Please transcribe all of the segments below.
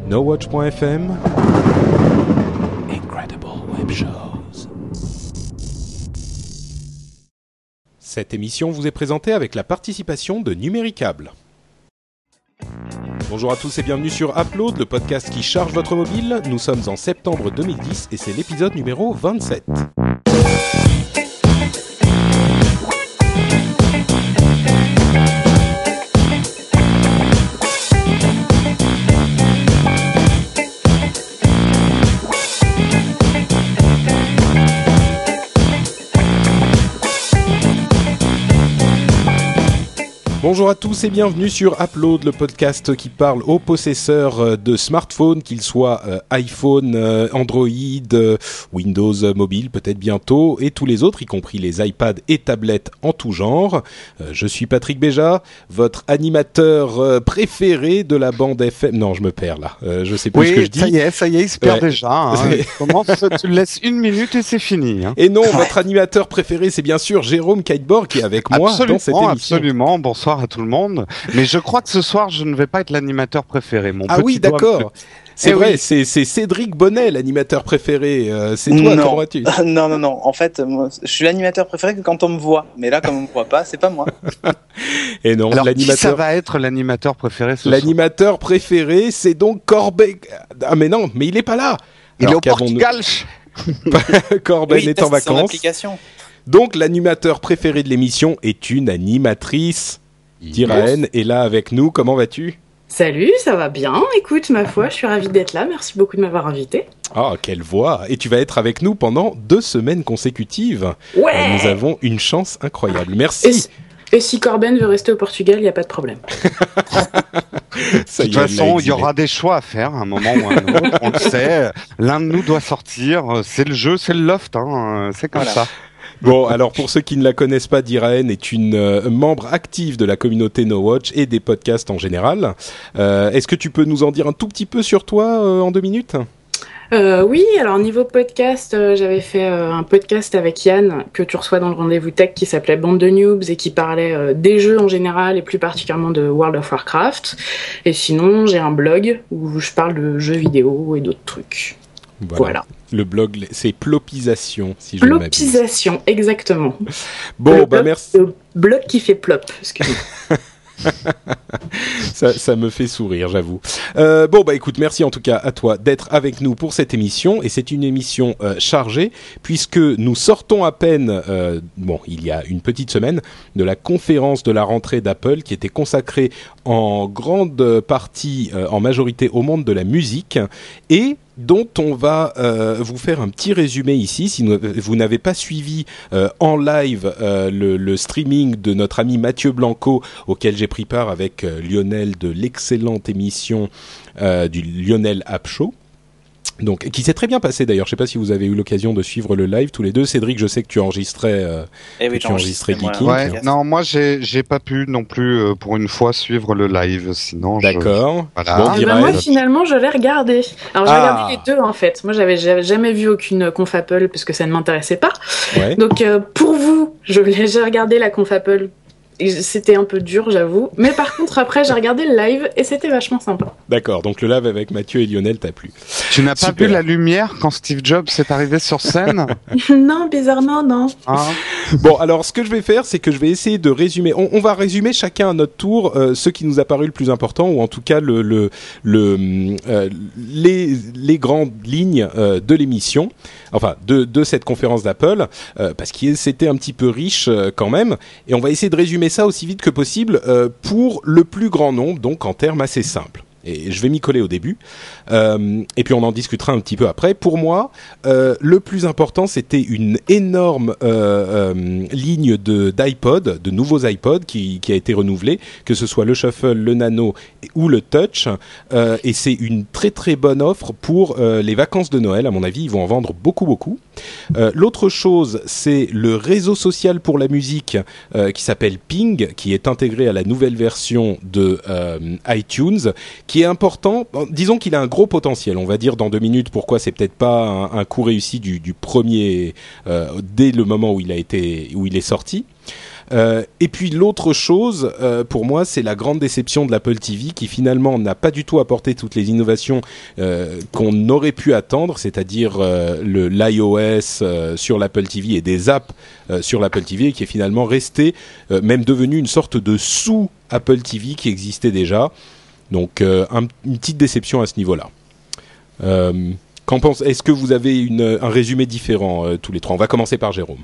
NoWatch.fm Incredible Web Shows. Cette émission vous est présentée avec la participation de Numéricable. Bonjour à tous et bienvenue sur Upload, le podcast qui charge votre mobile. Nous sommes en septembre 2010 et c'est l'épisode numéro 27. Bonjour à tous et bienvenue sur Upload, le podcast qui parle aux possesseurs de smartphones, qu'ils soient iPhone, Android, Windows Mobile peut-être bientôt, et tous les autres, y compris les iPads et tablettes en tout genre. Je suis Patrick Béja, votre animateur préféré de la bande FM. Non, je me perds là, je sais plus ce que je dis. Oui, ça y est, il se perd déjà. Hein. Tu le laisses une minute et c'est fini. Hein. Et non, votre animateur préféré, c'est bien sûr Jérôme Kitebor qui est avec moi dans cette émission. Absolument, bonsoir à tout le monde. Mais je crois que ce soir, je ne vais pas être l'animateur préféré. Ah oui, d'accord. C'est vrai, oui. c'est Cédric Bonnet, l'animateur préféré. C'est toi, comment vas-tu ? Non. En fait, moi, je suis l'animateur préféré que quand on me voit. Mais là, comme on me voit pas, c'est pas moi. Et non, alors, qui ça va être l'animateur préféré ce L'animateur soir préféré, c'est donc Corben. Ah mais non, mais il est pas là. Il est au Portugal. Corben est en vacances. Donc, l'animateur préféré de l'émission est une animatrice. Diraen est là avec nous, comment vas-tu ? Salut, ça va bien. Écoute, ma foi, je suis ravie d'être là. Merci beaucoup de m'avoir invité. Ah, quelle voix ! Et tu vas être avec nous pendant 2 semaines consécutives. Ouais. Nous avons une chance incroyable. Merci. Et si Corben veut rester au Portugal, il n'y a pas de problème. De toute façon, il y aura des choix à faire à un moment ou à un autre. On le sait. L'un de nous doit sortir. C'est le jeu, c'est le loft. Hein. C'est comme ça. Bon, alors pour ceux qui ne la connaissent pas, Diraen est une membre active de la communauté NoWatch et des podcasts en général. Est-ce que tu peux nous en dire un tout petit peu sur toi en 2 minutes ? Oui, alors niveau podcast, j'avais fait un podcast avec Yann que tu reçois dans le rendez-vous tech qui s'appelait Bande de Noobs et qui parlait des jeux en général et plus particulièrement de World of Warcraft. Et sinon, j'ai un blog où je parle de jeux vidéo et d'autres trucs. Voilà. Le blog, c'est Plopisation, si je ne m'abuse. Plopisation, exactement. Bon, merci. Le blog qui fait plop, excusez-moi. ça me fait sourire, j'avoue. Écoute, merci en tout cas à toi d'être avec nous pour cette émission. Et c'est une émission chargée, puisque nous sortons à peine, il y a une petite semaine, de la conférence de la rentrée d'Apple, qui était consacrée en grande partie, en majorité, au monde de la musique, et dont on va vous faire un petit résumé ici. Si vous n'avez pas suivi en live le streaming de notre ami Mathieu Blanco, auquel j'ai pris part avec Lionel de l'excellente émission du Lionel App Show, donc qui s'est très bien passé d'ailleurs. Je sais pas si vous avez eu l'occasion de suivre le live tous les deux. Cédric, je sais que tu enregistrais Geeking. Ouais, non, moi j'ai pas pu non plus pour une fois suivre le live, sinon. D'accord. Voilà. Moi finalement je l'ai regardé. Alors j'ai regardé les deux en fait. Moi j'avais jamais vu aucune conf Apple parce que ça ne m'intéressait pas. Ouais. Donc pour vous, j'ai regardé la conf Apple. C'était un peu dur, j'avoue. Mais par contre, après, j'ai regardé le live et c'était vachement sympa. D'accord, donc le live avec Mathieu et Lionel t'a plu. Tu n'as pas vu la lumière quand Steve Jobs est arrivé sur scène ? Non, bizarrement, non. Ah. Bon, alors ce que je vais faire, c'est que je vais essayer de résumer. On va résumer chacun à notre tour ce qui nous a paru le plus important, ou en tout cas les grandes lignes de l'émission, enfin de cette conférence d'Apple, parce que c'était un petit peu riche quand même, et on va essayer de résumer ça aussi vite que possible pour le plus grand nombre, donc en termes assez simples. Et je vais m'y coller au début, et puis on en discutera un petit peu après. Pour moi, le plus important, c'était une énorme ligne d'iPod, de nouveaux iPod qui a été renouvelée, que ce soit le Shuffle, le Nano ou le Touch, et c'est une très très bonne offre pour les vacances de Noël. À mon avis, ils vont en vendre beaucoup. L'autre chose, c'est le réseau social pour la musique qui s'appelle Ping, qui est intégré à la nouvelle version de iTunes, qui est important. Disons qu'il a un gros potentiel. On va dire dans 2 minutes pourquoi c'est peut-être pas un coup réussi du premier dès le moment où il est sorti. Et puis l'autre chose, pour moi, c'est la grande déception de l'Apple TV qui finalement n'a pas du tout apporté toutes les innovations qu'on aurait pu attendre, c'est-à-dire l'iOS sur l'Apple TV et des apps sur l'Apple TV, qui est finalement resté, même devenu une sorte de sous-Apple TV qui existait déjà. Donc une petite déception à ce niveau-là. Est-ce que vous avez un résumé différent tous les trois? On va commencer par Jérôme.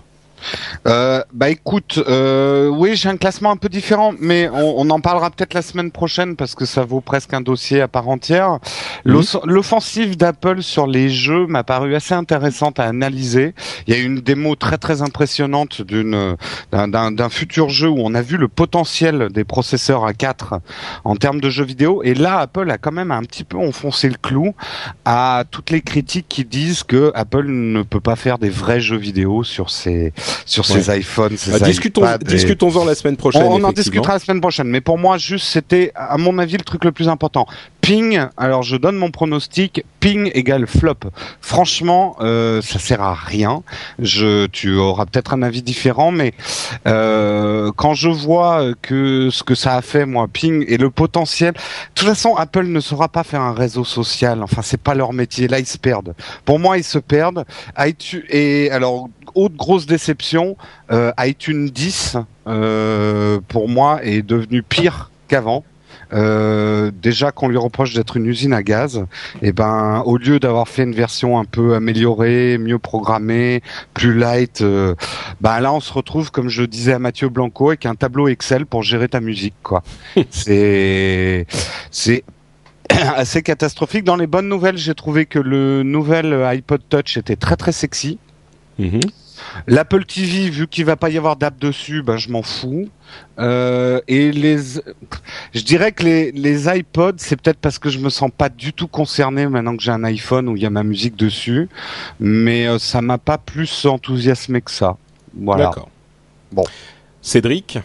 Écoute, oui, j'ai un classement un peu différent, mais on en parlera peut-être la semaine prochaine parce que ça vaut presque un dossier à part entière. L'offensive d'Apple sur les jeux m'a paru assez intéressante à analyser. Il y a eu une démo très très impressionnante d'un futur jeu où on a vu le potentiel des processeurs A4 en termes de jeux vidéo. Et là, Apple a quand même un petit peu enfoncé le clou à toutes les critiques qui disent que Apple ne peut pas faire des vrais jeux vidéo sur ses iPhones, ses iPads. Discutons-en la semaine prochaine. On en discutera la semaine prochaine. Mais pour moi, juste, c'était, à mon avis, le truc le plus important. Ping, alors je donne mon pronostic, ping égale flop. Franchement, ça sert à rien. Tu auras peut-être un avis différent, mais quand je vois que ce que ça a fait, moi, ping et le potentiel, de toute façon, Apple ne saura pas faire un réseau social. Enfin, c'est pas leur métier. Là, ils se perdent. Pour moi, ils se perdent. Et alors, autre grosse déception, iTunes 10, pour moi, est devenu pire qu'avant. Déjà qu'on lui reproche d'être une usine à gaz, et au lieu d'avoir fait une version un peu améliorée, mieux programmée, plus light, là on se retrouve, comme je disais à Mathieu Blanco, avec un tableau Excel pour gérer ta musique, quoi. C'est assez catastrophique. Dans les bonnes nouvelles, j'ai trouvé que le nouvel iPod Touch était très très sexy. L'Apple TV, vu qu'il va pas y avoir d'app dessus, je m'en fous. Je dirais que les iPods, c'est peut-être parce que je me sens pas du tout concerné maintenant que j'ai un iPhone où il y a ma musique dessus, mais ça m'a pas plus enthousiasmé que ça. Voilà. D'accord. Bon. Cédric?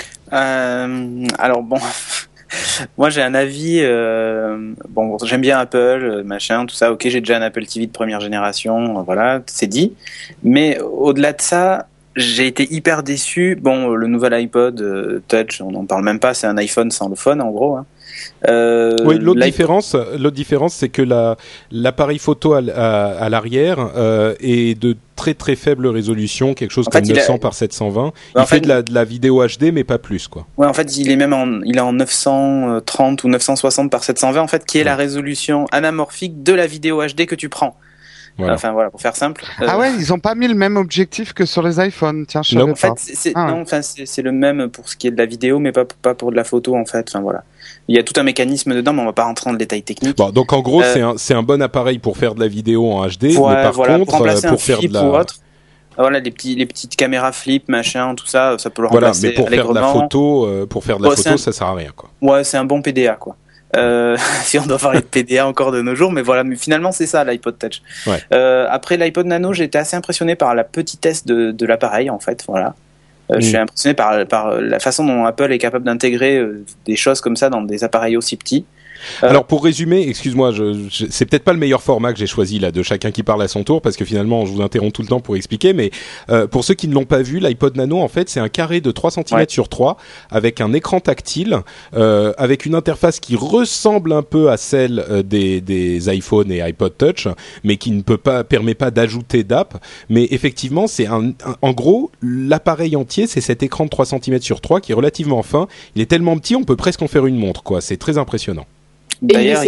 Alors bon. Moi j'ai un avis, j'aime bien Apple, machin, tout ça, ok, j'ai déjà un Apple TV de première génération, voilà, c'est dit, mais au-delà de ça, j'ai été hyper déçu. Bon, le nouvel iPod Touch, on n'en parle même pas, c'est un iPhone sans le phone en gros, hein. Oui, l'autre différence, c'est que l'appareil photo à l'arrière est de très très faible résolution, quelque chose comme 900 par 720. Il fait de la vidéo HD, mais pas plus, quoi. Ouais, en fait, il est en 930 ou 960 par 720, en fait, qui est la résolution anamorphique de la vidéo HD que tu prends. Voilà. Enfin voilà, pour faire simple. Ah ouais, ils ont pas mis le même objectif que sur les iPhones. Tiens, je savais pas. En fait, c'est le même pour ce qui est de la vidéo, mais pas pour de la photo en fait. Enfin voilà. Il y a tout un mécanisme dedans, mais on va pas rentrer dans le détail technique. Bon, donc en gros, c'est un bon appareil pour faire de la vidéo en HD, mais par contre, pour faire de la ou autre. Voilà, les petites caméras flip, machin, tout ça, ça peut le remplacer. Mais pour faire de la photo, ça sert à rien, quoi. Ouais, c'est un bon PDA, quoi. Si on doit parler de PDA encore de nos jours, mais voilà, mais finalement c'est ça l'iPod Touch. Ouais. Après l'iPod Nano, j'ai été assez impressionné par la petitesse de l'appareil en fait, voilà. Je suis impressionné par la façon dont Apple est capable d'intégrer des choses comme ça dans des appareils aussi petits. Alors pour résumer, excuse-moi, c'est peut-être pas le meilleur format que j'ai choisi là, de chacun qui parle à son tour, parce que finalement je vous interromps tout le temps pour expliquer, mais pour ceux qui ne l'ont pas vu, l'iPod Nano en fait c'est un carré de 3 cm sur 3 avec un écran tactile, avec une interface qui ressemble un peu à celle des iPhone et iPod Touch, mais qui ne permet pas d'ajouter d'app. Mais effectivement c'est en gros l'appareil entier, c'est cet écran de 3 cm sur 3 qui est relativement fin. Il est tellement petit on peut presque en faire une montre, quoi. C'est très impressionnant. D'ailleurs,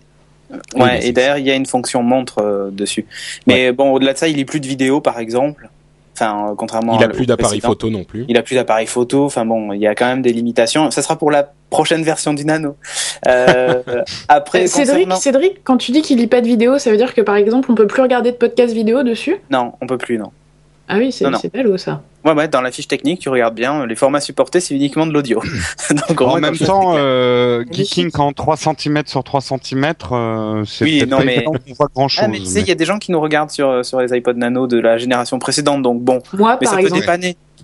et d'ailleurs, il y a une fonction montre dessus. Mais bon, au-delà de ça, il lit plus de vidéos, par exemple. Enfin, contrairement. Il a plus d'appareil photo non plus. Il a plus d'appareil photo. Enfin bon, il y a quand même des limitations. Ça sera pour la prochaine version du Nano. Après, Cédric, quand tu dis qu'il lit pas de vidéos, ça veut dire que par exemple, on peut plus regarder de podcast vidéo dessus ? Non, on peut plus, non. Ah oui, c'est belle ça. Ouais, dans la fiche technique, tu regardes bien, les formats supportés, c'est uniquement de l'audio. Donc, en même temps, Geeking en 3 cm sur 3 cm, c'est peut-être pas évident qu'on voit grand-chose. Ah, mais tu sais, il y a des gens qui nous regardent sur les iPod Nano de la génération précédente, donc bon. Moi, mais par ça exemple. peut dépanner.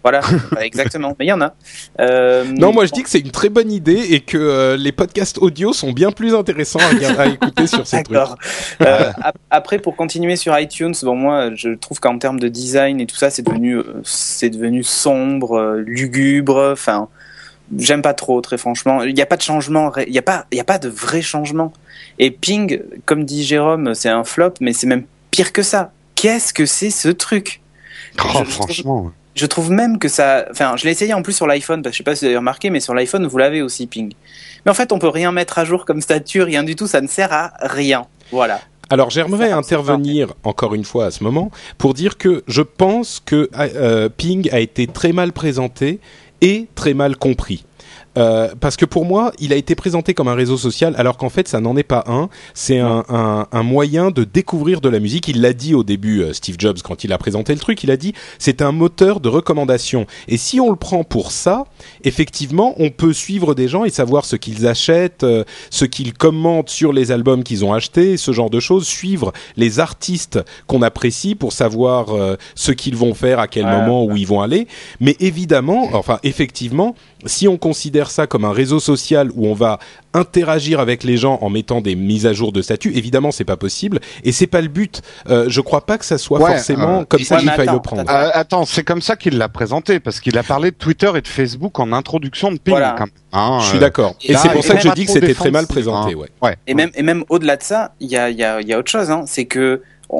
Voilà, exactement. Mais il y en a. Non, moi je dis que c'est une très bonne idée et que les podcasts audio sont bien plus intéressants à écouter sur ces trucs. D'accord. Après, pour continuer sur iTunes, bon, moi, je trouve qu'en termes de design et tout ça, c'est devenu sombre, lugubre. Enfin, j'aime pas trop, très franchement. Il n'y a pas de changement, il y a pas de vrai changement. Et Ping, comme dit Jérôme, c'est un flop, mais c'est même pire que ça. Qu'est-ce que c'est ce truc? Franchement. Je trouve même que ça... Enfin, je l'ai essayé en plus sur l'iPhone, parce que je sais pas si vous avez remarqué, mais sur l'iPhone, vous l'avez aussi, Ping. Mais en fait, on peut rien mettre à jour comme statut, rien du tout, ça ne sert à rien. Voilà. Alors j'aimerais intervenir encore une fois à ce moment pour dire que je pense que Ping a été très mal présenté et très mal compris. Parce que pour moi, il a été présenté comme un réseau social, alors qu'en fait, ça n'en est pas un. C'est un moyen de découvrir de la musique. Il l'a dit au début, Steve Jobs, quand il a présenté le truc, il a dit c'est un moteur de recommandation. Et si on le prend pour ça, effectivement, on peut suivre des gens et savoir ce qu'ils achètent, ce qu'ils commentent sur les albums qu'ils ont achetés, ce genre de choses. Suivre les artistes qu'on apprécie pour savoir ce qu'ils vont faire, à quel moment, où ils vont aller. Mais évidemment, enfin, effectivement, si on considère ça comme un réseau social où on va interagir avec les gens en mettant des mises à jour de statut, évidemment c'est pas possible et c'est pas le but. Je crois pas que ça soit forcément comme ça qu'il faille le prendre. Attends, c'est comme ça qu'il l'a présenté parce qu'il a parlé de Twitter et de Facebook en introduction de Ping. Voilà. Je suis d'accord. Et c'est pour ça que je dis que c'était très mal présenté. Et même au-delà de ça, il y a autre chose. C'est que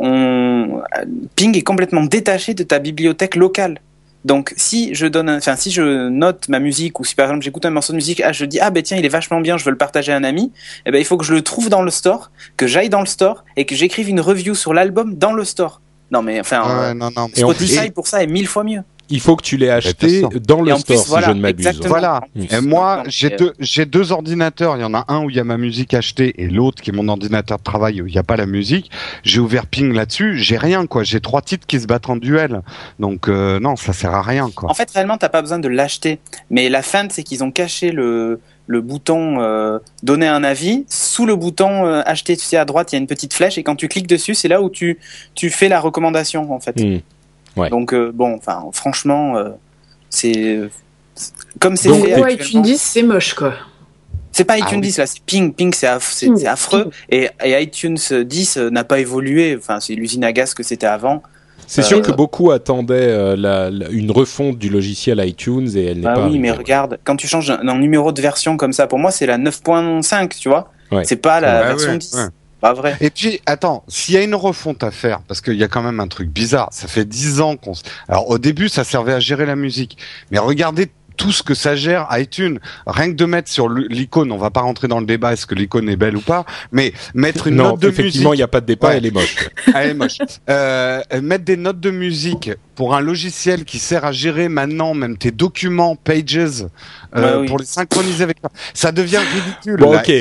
Ping est complètement détaché de ta bibliothèque locale. Donc si je note ma musique ou si par exemple j'écoute un morceau de musique, je dis tiens il est vachement bien, je veux le partager à un ami, il faut que je le trouve dans le store, que j'aille dans le store et que j'écrive une review sur l'album dans le store. Non mais enfin Spotify pour ça est 1000 fois mieux. Il faut que tu l'aies acheté dans le store, si je ne m'abuse. Voilà. Et moi, j'ai deux ordinateurs. Il y en a un où il y a ma musique achetée et l'autre qui est mon ordinateur de travail où il n'y a pas la musique. J'ai ouvert Ping là-dessus. J'ai rien, quoi. J'ai 3 titres qui se battent en duel. Donc, non, ça sert à rien, quoi. En fait, réellement, t'as pas besoin de l'acheter. Mais la feinte, c'est qu'ils ont caché le bouton donner un avis sous le bouton acheter. Tu sais, à droite, il y a une petite flèche et quand tu cliques dessus, c'est là où tu fais la recommandation, en fait. Ouais. Donc franchement, c'est comme c'est fait. Donc iTunes 10, c'est moche quoi. C'est pas iTunes 10 là, c'est Ping. Ping, c'est affreux. Et iTunes 10 n'a pas évolué. Enfin, c'est l'usine à gaz que c'était avant. C'est sûr que beaucoup attendaient une refonte du logiciel iTunes et elle n'est pas. Oui, mais regarde, quand tu changes un numéro de version comme ça, pour moi, c'est la 9.5, tu vois. Ouais. C'est pas la version 10. Ouais. Pas vrai. Et puis, attends, s'il y a une refonte à faire, parce qu'il y a quand même un truc bizarre, ça fait 10 ans Alors, au début, ça servait à gérer la musique. Mais regardez tout ce que ça gère iTunes. Rien que de mettre sur l'icône, on va pas rentrer dans le débat, est-ce que l'icône est belle ou pas, mais mettre une note de musique. Effectivement, il n'y a pas de débat, elle est moche. Elle est moche. Mettre des notes de musique pour un logiciel qui sert à gérer maintenant même tes documents, Pages, pour les synchroniser avec ça devient ridicule. Bon, ok.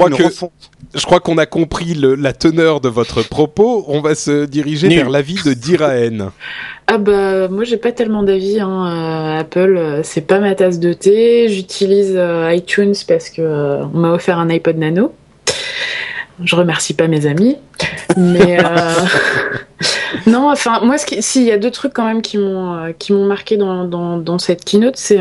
Je crois qu'on a compris la teneur de votre propos. On va se diriger vers l'avis de Diraen. Moi j'ai pas tellement d'avis. Apple, c'est pas ma tasse de thé. J'utilise iTunes parce que on m'a offert un iPod Nano. Je remercie pas mes amis, mais non. Enfin, moi, s'il y a 2 trucs quand même qui m'ont marqué dans cette keynote, c'est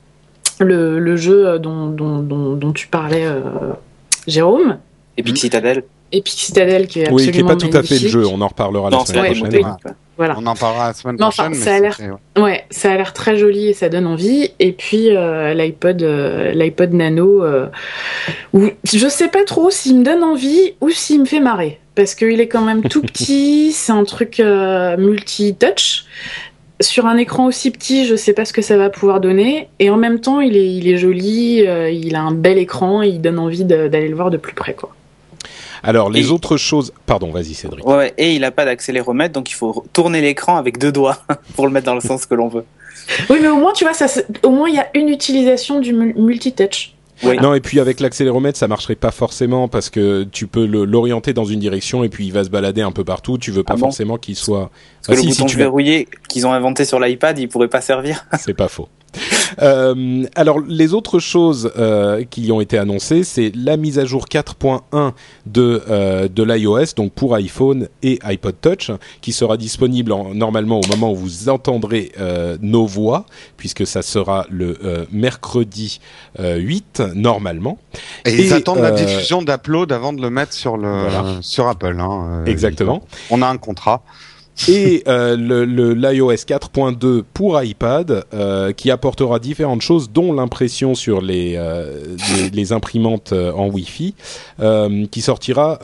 le jeu dont tu parlais, Jérôme. Epic Citadel. Epic Citadel qui est absolument qui est pas tout magnifique. à fait le jeu. On en reparlera la semaine prochaine. Voilà. On en parlera la semaine prochaine. Ça a l'air, ça a l'air très joli et ça donne envie. Et puis l'iPod Nano, où je sais pas trop s'il me donne envie ou s'il me fait marrer, parce qu'il est quand même tout petit. C'est un truc multi-touch. Sur un écran aussi petit, je sais pas ce que ça va pouvoir donner. Et en même temps, il est joli. Il a un bel écran et il donne envie d'aller le voir de plus près, quoi. Alors, les autres choses... Pardon, vas-y Cédric. Ouais, et il n'a pas d'accéléromètre, donc il faut tourner l'écran avec 2 doigts pour le mettre dans le sens que l'on veut. Oui, mais au moins, tu vois, au moins il y a une utilisation du multitouch. Oui. Non, et puis avec l'accéléromètre, ça marcherait pas forcément parce que tu peux l'orienter dans une direction et puis il va se balader un peu partout. Tu veux pas forcément qu'il soit... Parce que le bouton verrouillé qu'ils ont inventé sur l'iPad, il pourrait pas servir. C'est pas faux. Alors, les autres choses qui ont été annoncées, c'est la mise à jour 4.1 de l'iOS, donc pour iPhone et iPod Touch, qui sera disponible normalement au moment où vous entendrez nos voix, puisque ça sera le mercredi 8, normalement. Et ils attendent la diffusion d'Upload avant de le mettre sur Apple. Exactement. On a un contrat. Et l'iOS 4.2 pour iPad qui apportera différentes choses, dont l'impression sur les imprimantes en Wi-Fi, qui sortira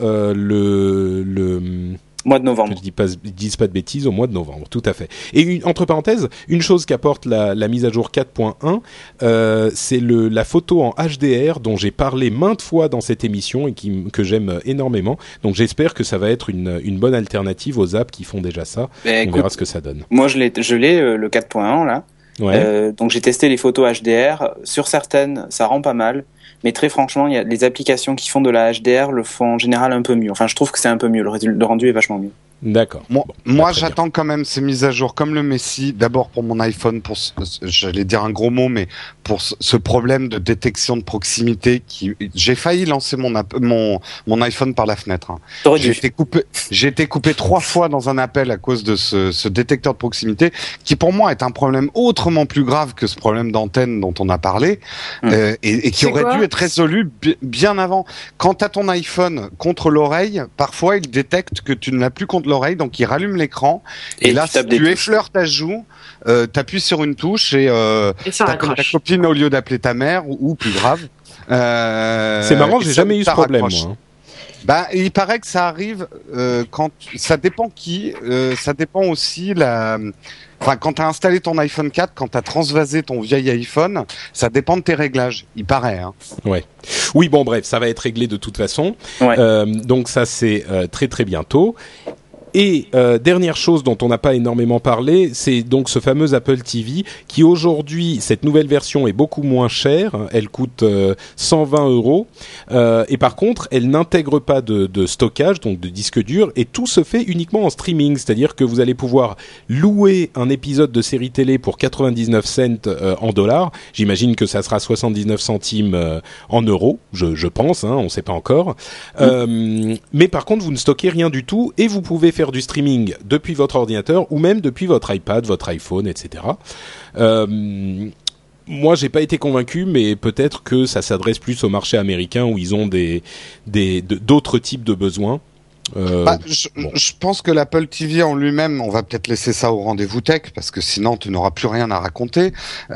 le mois de novembre. Je dis pas de bêtises, au mois de novembre, tout à fait. Et entre parenthèses, une chose qu'apporte la mise à jour 4.1, c'est la photo en HDR dont j'ai parlé maintes fois dans cette émission et que j'aime énormément. Donc j'espère que ça va être une bonne alternative aux apps qui font déjà ça. On verra ce que ça donne. Moi je l'ai le 4.1 là. Ouais. Donc j'ai testé les photos HDR. Sur certaines, ça rend pas mal. Mais très franchement, il y a les applications qui font de la HDR le font en général un peu mieux. Enfin, je trouve que c'est un peu mieux. Le rendu est vachement mieux. D'accord. Moi j'attends quand même ces mises à jour comme le Messi. D'abord pour mon iPhone, j'allais dire un gros mot, mais pour ce problème de détection de proximité j'ai failli lancer mon iPhone par la fenêtre. Hein. J'ai été coupé 3 fois dans un appel à cause de ce détecteur de proximité, qui pour moi est un problème autrement plus grave que ce problème d'antenne dont on a parlé, et qui aurait dû être résolu bien avant. Quand t'as ton iPhone contre l'oreille, parfois il détecte que tu ne l'as plus contre l'oreille, donc il rallume l'écran, et là si tu effleures ta joue, t'appuies sur une touche et t'as comme ta copine au lieu d'appeler ta mère, ou plus grave. C'est marrant, j'ai jamais eu ce problème, moi. Bah, il paraît que ça arrive quand ça dépend ça dépend aussi quand t'as installé ton iPhone 4, quand t'as transvasé ton vieil iPhone, ça dépend de tes réglages, il paraît. Hein. Ouais. Oui, bon, bref, ça va être réglé de toute façon. Ouais. Donc ça, c'est très très bientôt. Et dernière chose dont on n'a pas énormément parlé, c'est donc ce fameux Apple TV qui aujourd'hui, cette nouvelle version est beaucoup moins chère. Elle coûte 120 €. Et par contre, elle n'intègre pas de stockage, donc de disque dur, et tout se fait uniquement en streaming. C'est-à-dire que vous allez pouvoir louer un épisode de série télé pour 99 cents en dollars. J'imagine que ça sera 79 centimes en euros, je pense, hein, on ne sait pas encore. Mais par contre, vous ne stockez rien du tout et vous pouvez faire du streaming depuis votre ordinateur ou même depuis votre iPad, votre iPhone, etc. Moi, j'ai pas été convaincu, mais peut-être que ça s'adresse plus au marché américain où ils ont d'autres types de besoins. Je pense que l'Apple TV en lui-même, on va peut-être laisser ça au rendez-vous tech parce que sinon tu n'auras plus rien à raconter.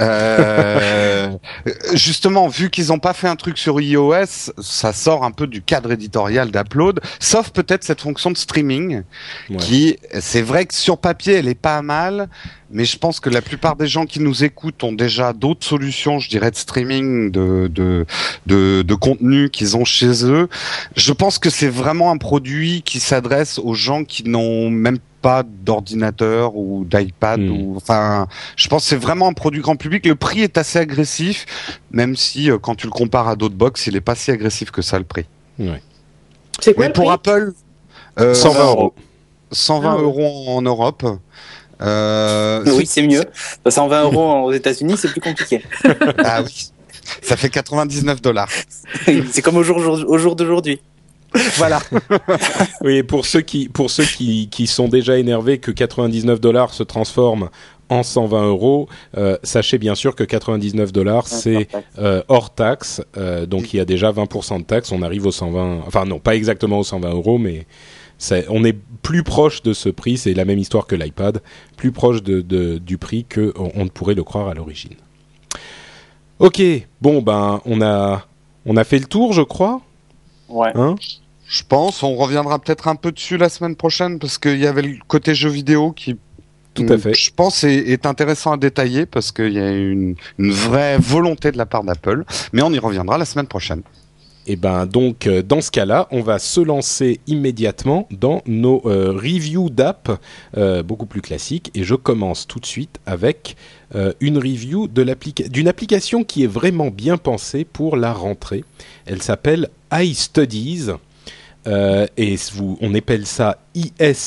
Justement, vu qu'ils n'ont pas fait un truc sur iOS, ça sort un peu du cadre éditorial d'Upload, sauf peut-être cette fonction de streaming qui, c'est vrai que sur papier, elle est pas mal. Mais je pense que la plupart des gens qui nous écoutent ont déjà d'autres solutions, je dirais, de streaming, de contenu qu'ils ont chez eux. Je pense que c'est vraiment un produit qui s'adresse aux gens qui n'ont même pas d'ordinateur ou d'iPad je pense que c'est vraiment un produit grand public. Le prix est assez agressif, même si quand tu le compares à d'autres box, il est pas si agressif que ça, le prix. Ouais. C'est quoi mais pour Apple, 120 €. 120 € en Europe. Oui, c'est mieux. 120 € aux États-Unis, c'est plus compliqué. Ah oui, ça fait 99 $. C'est comme au jour d'aujourd'hui. Voilà. Oui, pour ceux qui sont déjà énervés que 99 $ se transforment en 120 €, sachez bien sûr que 99 $ c'est hors taxe, donc il y a déjà 20% de taxe. On arrive aux 120, enfin non, pas exactement aux 120 €, mais on est plus proche de ce prix. C'est la même histoire que l'iPad, plus proche du prix que on ne pourrait le croire à l'origine. Ok, bon ben on a fait le tour, je crois. Ouais. Hein? Je pense, on reviendra peut-être un peu dessus la semaine prochaine parce qu'il y avait le côté jeu vidéo qui, tout à fait, je pense est intéressant à détailler parce qu'il y a une vraie volonté de la part d'Apple, mais on y reviendra la semaine prochaine. Et ben donc dans ce cas-là, on va se lancer immédiatement dans nos reviews d'app beaucoup plus classiques, et je commence tout de suite avec une review d'une application qui est vraiment bien pensée pour la rentrée. Elle s'appelle iStudies et on appelle ça iStudies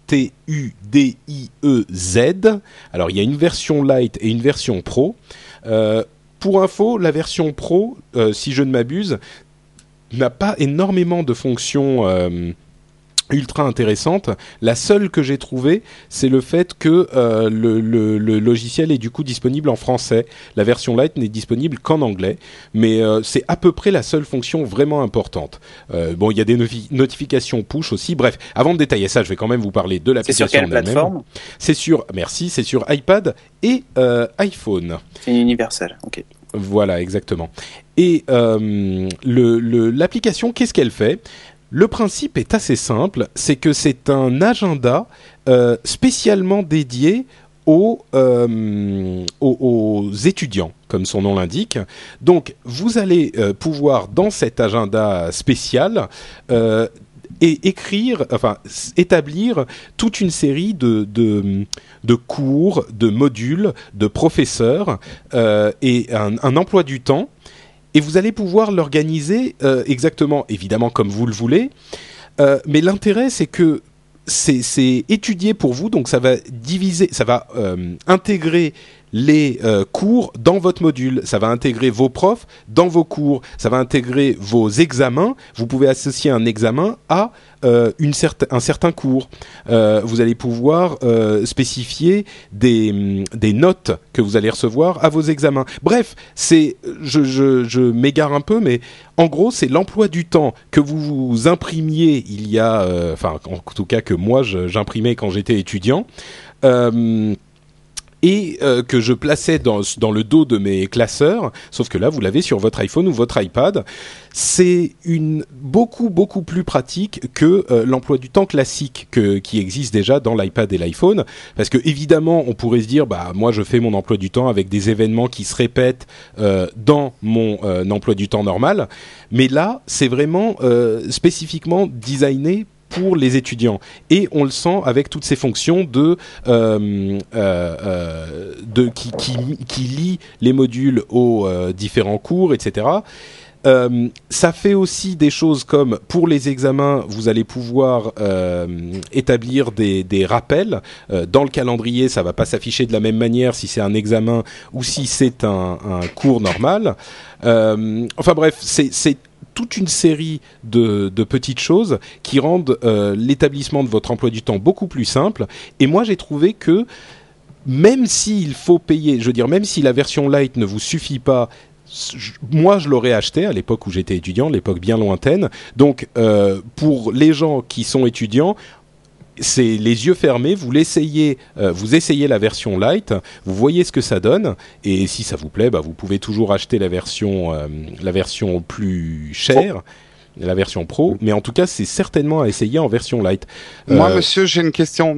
TUDIEZ. Alors il y a une version Lite et une version Pro. Pour info, la version Pro, si je ne m'abuse, n'a pas énormément de fonctions ultra intéressante. La seule que j'ai trouvée, c'est le fait que le logiciel est du coup disponible en français. La version Lite n'est disponible qu'en anglais, mais c'est à peu près la seule fonction vraiment importante. Bon, il y a des notifications push aussi. Bref, avant de détailler ça, je vais quand même vous parler de l'application. C'est sur quelle plateforme ? C'est sur iPad et iPhone. C'est universel, ok. Voilà, exactement. Et l'application, qu'est-ce qu'elle fait ? Le principe est assez simple, c'est que c'est un agenda spécialement dédié aux étudiants, comme son nom l'indique. Donc, vous allez pouvoir, dans cet agenda spécial, établir toute une série de cours, de modules, de professeurs et un emploi du temps. Et vous allez pouvoir l'organiser exactement, évidemment, comme vous le voulez. Mais l'intérêt, c'est que c'est étudié pour vous, donc ça va intégrer les cours dans votre module, ça va intégrer vos profs dans vos cours, ça va intégrer vos examens. Vous pouvez associer un examen à un certain cours. Vous allez pouvoir spécifier des notes que vous allez recevoir à vos examens. Bref, je m'égare un peu, mais en gros, c'est l'emploi du temps que vous imprimiez il y a, en tout cas que moi j'imprimais quand j'étais étudiant. Et que je plaçais dans le dos de mes classeurs, sauf que là, vous l'avez sur votre iPhone ou votre iPad. C'est beaucoup plus pratique que l'emploi du temps classique qui existe déjà dans l'iPad et l'iPhone, parce que évidemment, on pourrait se dire, moi, je fais mon emploi du temps avec des événements qui se répètent dans mon emploi du temps normal, mais là, c'est vraiment spécifiquement designé pour les étudiants, et on le sent avec toutes ces fonctions qui lient les modules aux différents cours, etc. Ça fait aussi des choses comme, pour les examens, vous allez pouvoir établir des rappels. Dans le calendrier, ça va pas s'afficher de la même manière si c'est un examen ou si c'est un cours normal. Enfin bref, c'est toute une série de petites choses qui rendent l'établissement de votre emploi du temps beaucoup plus simple. Et moi, j'ai trouvé que même s'il faut payer, je veux dire, même si la version Lite ne vous suffit pas, moi, je l'aurais acheté à l'époque où j'étais étudiant, l'époque bien lointaine. Donc, pour les gens qui sont étudiants, c'est les yeux fermés, vous essayez la version Lite, vous voyez ce que ça donne, et si ça vous plaît, vous pouvez toujours acheter la version plus chère, la version Pro, mais en tout cas, c'est certainement à essayer en version Lite. Moi, monsieur, j'ai une question.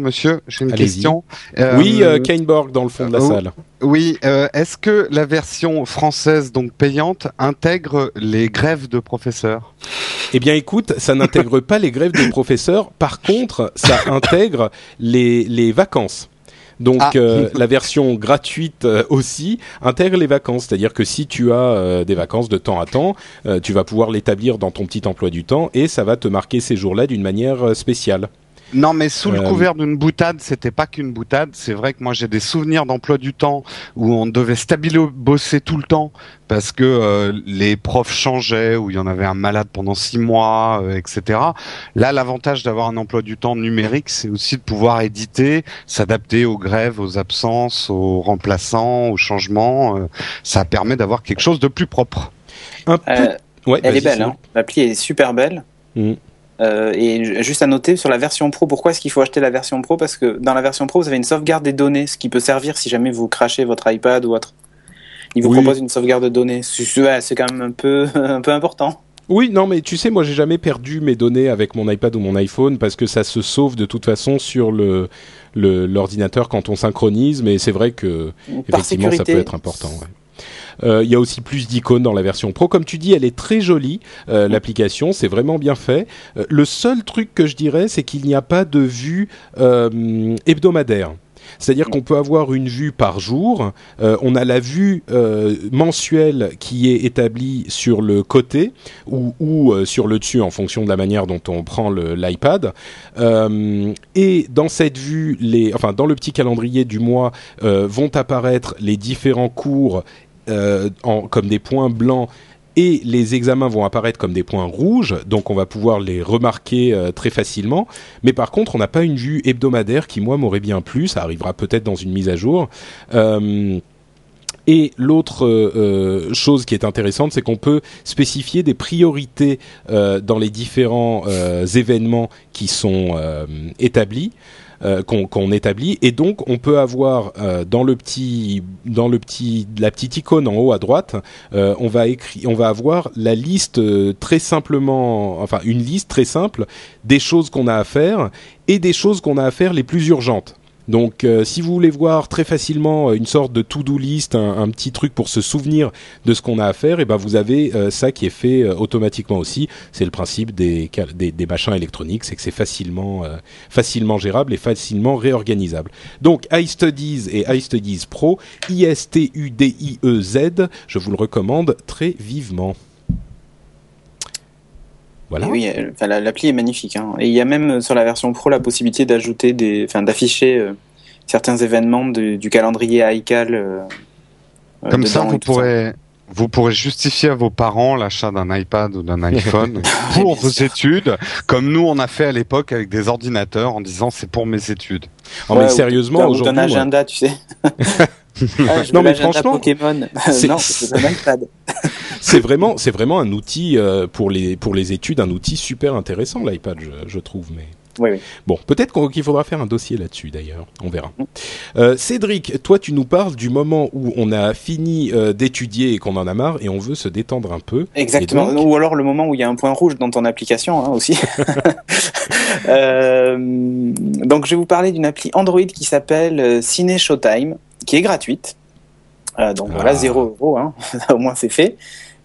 Oui, Kainborg, dans le fond de la salle. Oui, est-ce que la version française, donc payante, intègre les grèves de professeurs ? Eh bien, écoute, ça n'intègre pas les grèves de professeurs. Par contre, ça intègre les vacances. Donc, la version gratuite aussi intègre les vacances. C'est-à-dire que si tu as des vacances de temps à temps, tu vas pouvoir l'établir dans ton petit emploi du temps et ça va te marquer ces jours-là d'une manière spéciale. Non, mais sous le couvert d'une boutade, c'était pas qu'une boutade. C'est vrai que moi, j'ai des souvenirs d'emploi du temps où on devait bosser tout le temps parce que les profs changeaient, où il y en avait un malade pendant 6 mois, etc. Là, l'avantage d'avoir un emploi du temps numérique, c'est aussi de pouvoir éditer, s'adapter aux grèves, aux absences, aux remplaçants, aux changements. Ça permet d'avoir quelque chose de plus propre. Ouais, elle est belle, hein. L'appli est super belle. Et juste à noter sur la version Pro, pourquoi est-ce qu'il faut acheter la version Pro ? Parce que dans la version Pro, vous avez une sauvegarde des données, ce qui peut servir si jamais vous crachez votre iPad ou autre. Il vous propose une sauvegarde de données. C'est quand même un peu important. Oui, non, mais tu sais, moi, j'ai jamais perdu mes données avec mon iPad ou mon iPhone parce que ça se sauve de toute façon sur l'ordinateur quand on synchronise. Mais c'est vrai que effectivement, ça peut être important. Ouais. Il y a aussi plus d'icônes dans la version Pro. Comme tu dis, elle est très jolie, l'application, c'est vraiment bien fait. Le seul truc que je dirais, c'est qu'il n'y a pas de vue hebdomadaire. C'est-à-dire qu'on peut avoir une vue par jour. On a la vue mensuelle qui est établie sur le côté ou sur le dessus en fonction de la manière dont on prend l'iPad. Et dans cette vue, dans le petit calendrier du mois, vont apparaître les différents cours comme des points blancs. Et les examens vont apparaître comme des points rouges, donc on va pouvoir les remarquer très facilement. Mais par contre, on n'a pas une vue hebdomadaire qui, moi, m'aurait bien plu. Ça arrivera peut-être dans une mise à jour. Et l'autre chose qui est intéressante, c'est qu'on peut spécifier des priorités dans les différents événements qui sont établis. Qu'on établit, et donc on peut avoir dans la petite icône en haut à droite, on va avoir la liste très simplement, enfin une liste très simple des choses qu'on a à faire et des choses qu'on a à faire les plus urgentes. Donc si vous voulez voir très facilement une sorte de to-do list, un petit truc pour se souvenir de ce qu'on a à faire, et ben vous avez ça qui est fait automatiquement aussi. C'est le principe des machins électroniques, c'est que c'est facilement gérable et facilement réorganisable. Donc iStudiez et iStudiez Pro, ISTUDIEZ, je vous le recommande très vivement. Voilà. Et oui, l'appli est magnifique, hein. Et il y a même sur la version Pro la possibilité d'ajouter d'afficher certains événements du calendrier iCal. Comme ça, vous pourrez justifier à vos parents l'achat d'un iPad ou d'un iPhone pour vos études, comme nous on a fait à l'époque avec des ordinateurs en disant c'est pour mes études. Oh, mais sérieusement, aujourd'hui, un agenda, tu sais. Non mais franchement, Pokémon. Non, c'est un iPad. c'est vraiment un outil pour les études, un outil super intéressant l'iPad, je trouve. Mais oui. Bon, peut-être qu'il faudra faire un dossier là-dessus d'ailleurs, on verra. Cédric, toi tu nous parles du moment où on a fini d'étudier et qu'on en a marre et on veut se détendre un peu. Exactement. Donc... Ou alors le moment où il y a un point rouge dans ton application, hein, aussi. Donc je vais vous parler d'une appli Android qui s'appelle Ciné Showtime, qui est gratuite. Donc voilà, 0 €, hein. Au moins c'est fait.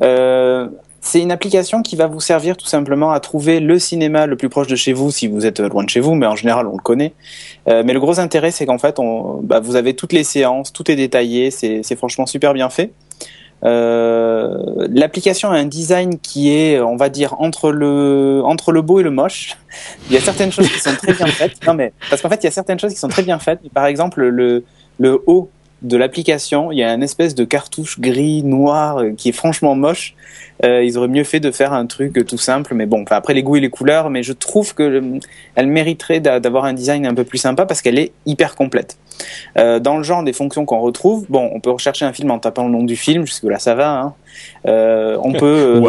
C'est une application qui va vous servir tout simplement à trouver le cinéma le plus proche de chez vous si vous êtes loin de chez vous, mais en général on le connaît. Mais le gros intérêt, c'est qu'en fait, vous avez toutes les séances, tout est détaillé, c'est franchement super bien fait. L'application a un design qui est, on va dire, entre le beau et le moche. Il y a certaines choses qui sont très bien faites. Non mais parce qu'en fait, il y a certaines choses qui sont très bien faites. Par exemple, le haut de l'application, il y a une espèce de cartouche gris noir qui est franchement moche. Ils auraient mieux fait de faire un truc tout simple, mais bon, après les goûts et les couleurs, mais je trouve que elle mériterait d'avoir un design un peu plus sympa parce qu'elle est hyper complète. Dans le genre des fonctions qu'on retrouve, bon, on peut rechercher un film en tapant le nom du film, jusque là ça va, hein. On peut,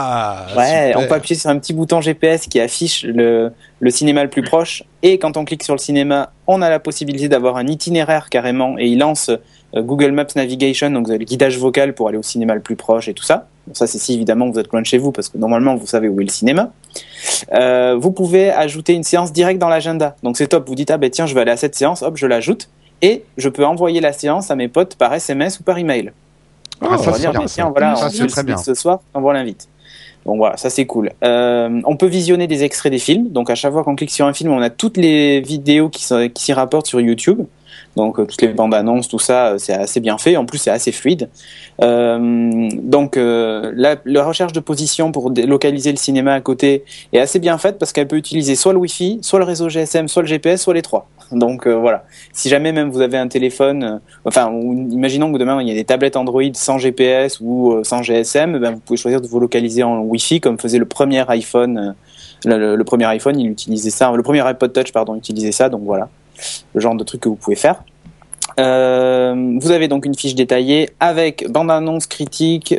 on peut appuyer sur un petit bouton GPS qui affiche le cinéma le plus proche, et quand on clique sur le cinéma, on a la possibilité d'avoir un itinéraire carrément, et il lance Google Maps Navigation, donc vous avez le guidage vocal pour aller au cinéma le plus proche et tout ça. Bon, ça c'est si évidemment vous êtes loin de chez vous, parce que normalement vous savez où est le cinéma. Vous pouvez ajouter une séance directe dans l'agenda, donc c'est top. Vous dites tiens, je vais aller à cette séance, hop, je l'ajoute, et je peux envoyer la séance à mes potes par SMS ou par email. Ça c'est bien. Tiens, voilà, c'est très bien. Ce soir, on l'invite. Donc voilà, ça c'est cool. On peut visionner des extraits des films. Donc à chaque fois qu'on clique sur un film, on a toutes les vidéos qui s'y rapportent sur YouTube. Donc toutes les bandes annonces, tout ça, c'est assez bien fait. En plus, c'est assez fluide. Donc la recherche de position pour localiser le cinéma à côté est assez bien faite parce qu'elle peut utiliser soit le Wi-Fi, soit le réseau GSM, soit le GPS, soit les trois. Donc voilà. Si jamais même vous avez un téléphone, imaginons que demain il y a des tablettes Android sans GPS ou sans GSM, vous pouvez choisir de vous localiser en Wi-Fi comme faisait le premier iPhone. Le premier iPhone, il utilisait ça. Le premier iPod Touch, utilisait ça. Donc voilà, le genre de truc que vous pouvez faire. Vous avez donc une fiche détaillée avec bande-annonce, critique,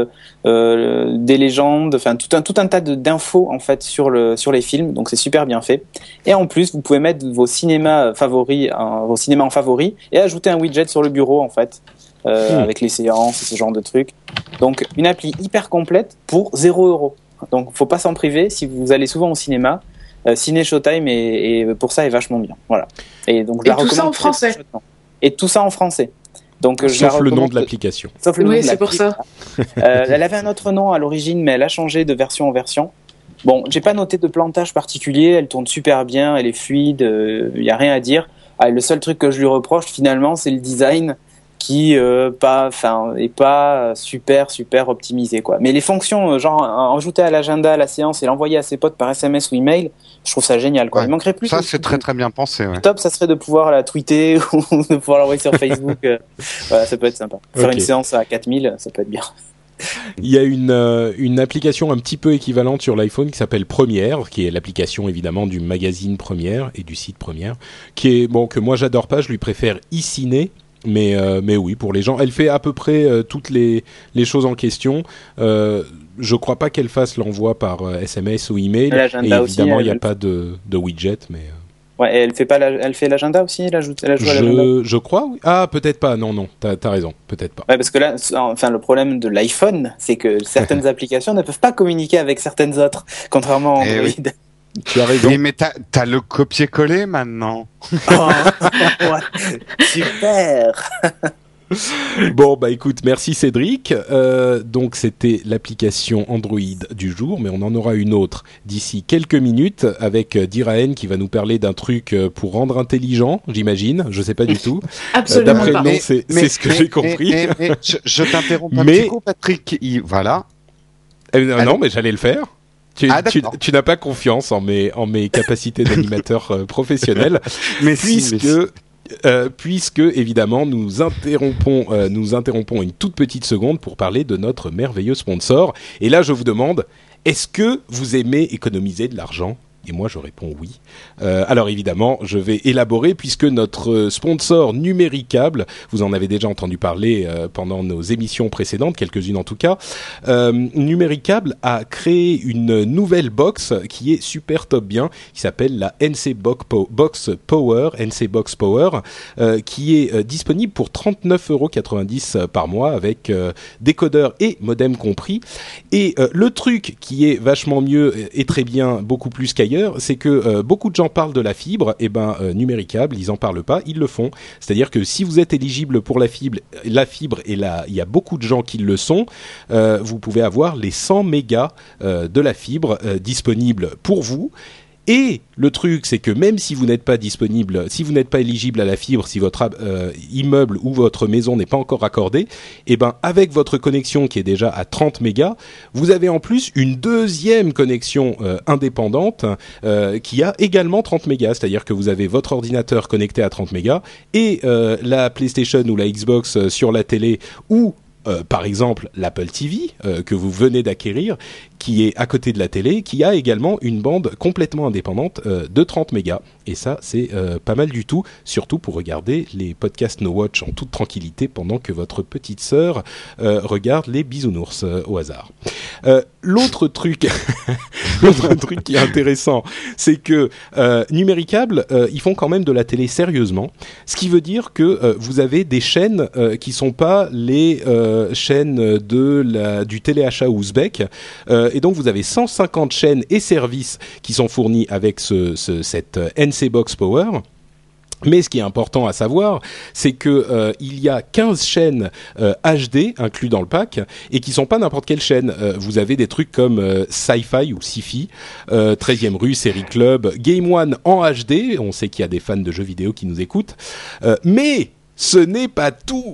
des légendes, tout un tas d'infos en fait sur les films. Donc c'est super bien fait. Et en plus, vous pouvez mettre vos cinémas favoris, en favoris, et ajouter un widget sur le bureau en fait, avec les séances et ce genre de trucs. Donc une appli hyper complète pour 0 €. Donc faut pas s'en priver si vous allez souvent au cinéma. Ciné Showtime et pour ça est vachement bien. Voilà. Et donc je la recommande. Tout ça en français. Et tout ça en français. Donc sauf le nom de l'application. Sauf le nom de c'est pour ça. Elle avait un autre nom à l'origine, mais elle a changé de version en version. Bon, j'ai pas noté de plantage particulier. Elle tourne super bien, elle est fluide. Y a rien à dire. le seul truc que je lui reproche finalement, c'est le design qui est pas super optimisé quoi. Mais les fonctions genre ajouter à l'agenda la séance et l'envoyer à ses potes par SMS ou email, je trouve ça génial quoi. Ouais. Il manquerait plus. Ça c'est très bien pensé. Ouais. Le top, ça serait de pouvoir la tweeter ou de pouvoir l'envoyer sur Facebook. Voilà, ça peut être sympa. Faire une séance à 4000, ça peut être bien. Il y a une application un petit peu équivalente sur l'iPhone qui s'appelle Première, qui est l'application évidemment du magazine Première et du site Première, qui est que moi j'adore pas, je lui préfère iCiné. Mais oui, pour les gens, elle fait à peu près toutes les choses en question. Je crois pas qu'elle fasse l'envoi par SMS ou email. Et évidemment, il n'y a pas de widget, mais. Ouais, elle fait l'agenda aussi, elle ajoute à l'agenda. Je crois, oui. Ah, peut-être pas. Non, t'as raison, peut-être pas. Ouais, parce que là, le problème de l'iPhone, c'est que certaines applications ne peuvent pas communiquer avec certaines autres, contrairement à Android. Oui. Tu as raison. Oui, mais t'as le copier-coller maintenant. Oh, ouais. Super. Bon, écoute, merci Cédric. Donc c'était l'application Android du jour, mais on en aura une autre d'ici quelques minutes avec Diraen qui va nous parler d'un truc pour rendre intelligent, j'imagine. Je sais pas du tout. Absolument D'après pas. le nom, c'est ce que j'ai compris. Mais je t'interromps un petit coup, Patrick. Voilà. Non, mais j'allais le faire. Tu n'as pas confiance en mes capacités d'animateur professionnel, mais puisque évidemment nous interrompons une toute petite seconde pour parler de notre merveilleux sponsor. Et là, je vous demande, est-ce que vous aimez économiser de l'argent ? Et moi, je réponds oui. Alors évidemment, je vais élaborer puisque notre sponsor Numéricable, vous en avez déjà entendu parler pendant nos émissions précédentes, quelques-unes en tout cas, Numéricable a créé une nouvelle box qui est super top bien, qui s'appelle la NC Box Power, qui est disponible pour 39,90€ par mois avec décodeur et modem compris. Et le truc qui est vachement mieux et très bien, beaucoup plus qu'ailleurs, c'est que beaucoup de gens parlent de la fibre, et Numéricable, ils en parlent pas, ils le font. C'est-à-dire que si vous êtes éligible pour la fibre et là, il y a beaucoup de gens qui le sont, vous pouvez avoir les 100 mégas de la fibre disponibles pour vous. Et le truc, c'est que même si vous n'êtes pas disponible, si vous n'êtes pas éligible à la fibre, si votre immeuble ou votre maison n'est pas encore raccordé, avec votre connexion qui est déjà à 30 mégas, vous avez en plus une deuxième connexion indépendante qui a également 30 mégas. C'est-à-dire que vous avez votre ordinateur connecté à 30 mégas et la PlayStation ou la Xbox sur la télé ou par exemple l'Apple TV que vous venez d'acquérir, qui est à côté de la télé, qui a également une bande complètement indépendante de 30 mégas. Et ça, c'est pas mal du tout, surtout pour regarder les podcasts No Watch en toute tranquillité pendant que votre petite sœur regarde les bisounours au hasard. L'autre truc qui est intéressant, c'est que Numéricable, ils font quand même de la télé sérieusement, ce qui veut dire que vous avez des chaînes qui sont pas les chaînes du téléachat ouzbek, et donc vous avez 150 chaînes et services qui sont fournis avec cette NC Box Power. Mais ce qui est important à savoir, c'est que il y a 15 chaînes HD inclus dans le pack et qui sont pas n'importe quelle chaîne. Vous avez des trucs comme Sci-Fi ou Sci-Fi, 13e rue, Série Club, Game One en HD. On sait qu'il y a des fans de jeux vidéo qui nous écoutent. Mais ce n'est pas tout.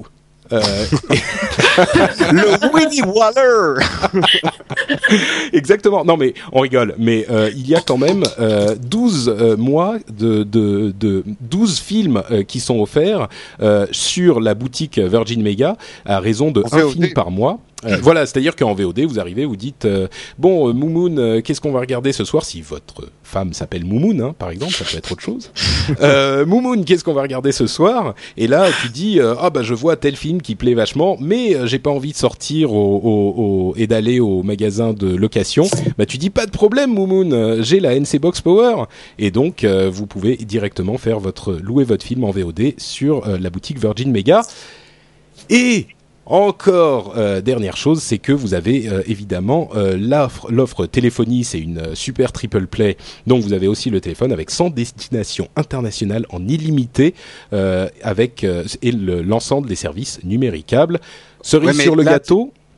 Le Willy Waller. Exactement. Non mais on rigole. Mais il y a quand même 12 mois de 12 films qui sont offerts sur la boutique Virgin Mega à raison de un film par mois. Voilà, c'est-à-dire qu'en VOD, vous arrivez, vous dites bon, Moumoun, qu'est-ce qu'on va regarder ce soir? Si votre femme s'appelle Moumoun, hein, par exemple, ça peut être autre chose. Moumoun, qu'est-ce qu'on va regarder ce soir? Et là, tu dis je vois tel film qui plaît vachement, mais j'ai pas envie de sortir et d'aller au magasin de location. Bah tu dis pas de problème, Moumoun, j'ai la NC Box Power, et donc vous pouvez directement louer votre film en VOD sur la boutique Virgin Mega. Et encore, dernière chose, c'est que vous avez évidemment l'offre téléphonie, c'est une super triple play, donc vous avez aussi le téléphone avec 100 destinations internationales en illimité, avec l'ensemble des services numéricables. Cerise sur le gâteau.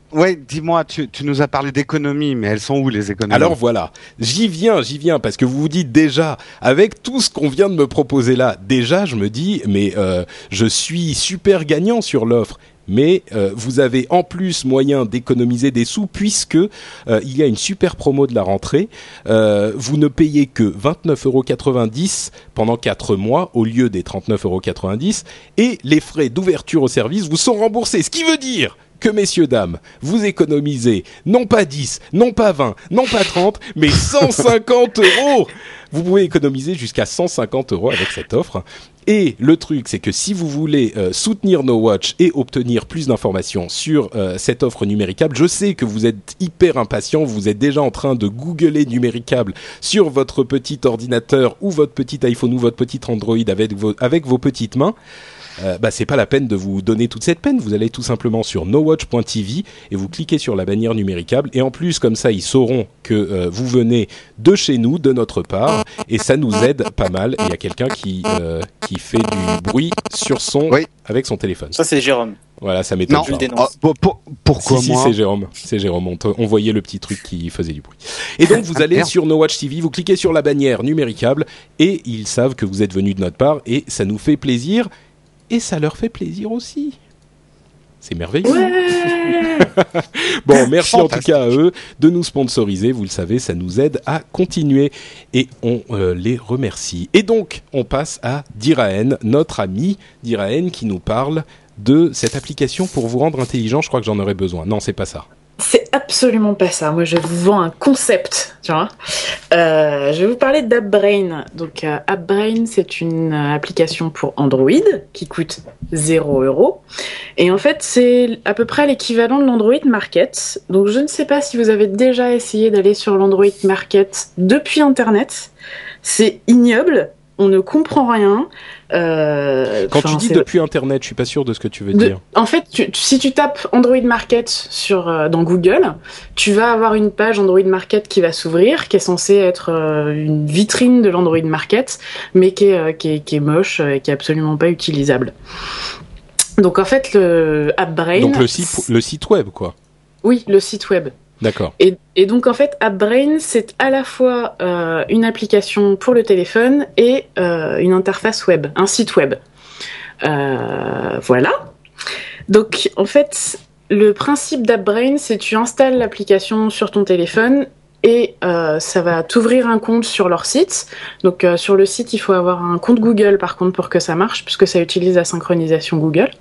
ouais, dis-moi, tu nous as parlé d'économie, mais elles sont où les économies? Alors voilà, j'y viens, parce que vous vous dites déjà, avec tout ce qu'on vient de me proposer là, déjà je me dis, mais je suis super gagnant sur l'offre. Mais vous avez en plus moyen d'économiser des sous puisque il y a une super promo de la rentrée. Vous ne payez que 29,90 € pendant 4 mois au lieu des 39,90 € et les frais d'ouverture au service vous sont remboursés. Ce qui veut dire que, messieurs, dames, vous économisez non pas 10, non pas 20, non pas 30, mais 150 €. Vous pouvez économiser jusqu'à 150 € avec cette offre. Et le truc, c'est que si vous voulez soutenir No Watch et obtenir plus d'informations sur cette offre numéricable, je sais que vous êtes hyper impatient, vous êtes déjà en train de googler numéricable sur votre petit ordinateur ou votre petit iPhone ou votre petit Android avec vos petites mains. C'est pas la peine de vous donner toute cette peine. Vous allez tout simplement sur nowatch.tv et vous cliquez sur la bannière numéricable. Et en plus, comme ça, ils sauront que vous venez de chez nous, de notre part, et ça nous aide pas mal. Il y a quelqu'un qui fait du bruit sur avec son téléphone. Ça, c'est Jérôme. Voilà, ça m'étonne. Non, je le dénonce. Pourquoi si, moi c'est Jérôme. On voyait le petit truc qui faisait du bruit. Et donc, vous allez sur No Watch TV, vous cliquez sur la bannière numéricable et ils savent que vous êtes venus de notre part et ça nous fait plaisir. Et ça leur fait plaisir aussi. C'est merveilleux. Ouais. Bon, merci en tout cas à eux de nous sponsoriser. Vous le savez, ça nous aide à continuer. Et on les remercie. Et donc, on passe à Diraen, notre ami Diraen, qui nous parle de cette application pour vous rendre intelligent. Je crois que j'en aurais besoin. Non, c'est pas ça. C'est absolument pas ça. Moi, je vous vends un concept, tu vois. Je vais vous parler d'AppBrain. Donc, AppBrain, c'est une application pour Android qui coûte 0 €. Et en fait, c'est à peu près l'équivalent de l'Android Market. Donc, je ne sais pas si vous avez déjà essayé d'aller sur l'Android Market depuis Internet. C'est ignoble. On ne comprend rien. Quand tu dis depuis Internet, je suis pas sûr de ce que tu veux dire. En fait, si tu tapes Android Market dans Google, tu vas avoir une page Android Market qui va s'ouvrir, qui est censée être une vitrine de l'Android Market, mais qui est moche et qui est absolument pas utilisable. Donc en fait, le AppBrain... Donc le site web, quoi. Oui, le site web. D'accord. Et donc en fait, AppBrain, c'est à la fois une application pour le téléphone et une interface web, un site web. Voilà. Donc en fait, le principe d'AppBrain, c'est que tu installes l'application sur ton téléphone et ça va t'ouvrir un compte sur leur site. Donc sur le site, il faut avoir un compte Google par contre pour que ça marche, puisque ça utilise la synchronisation Google.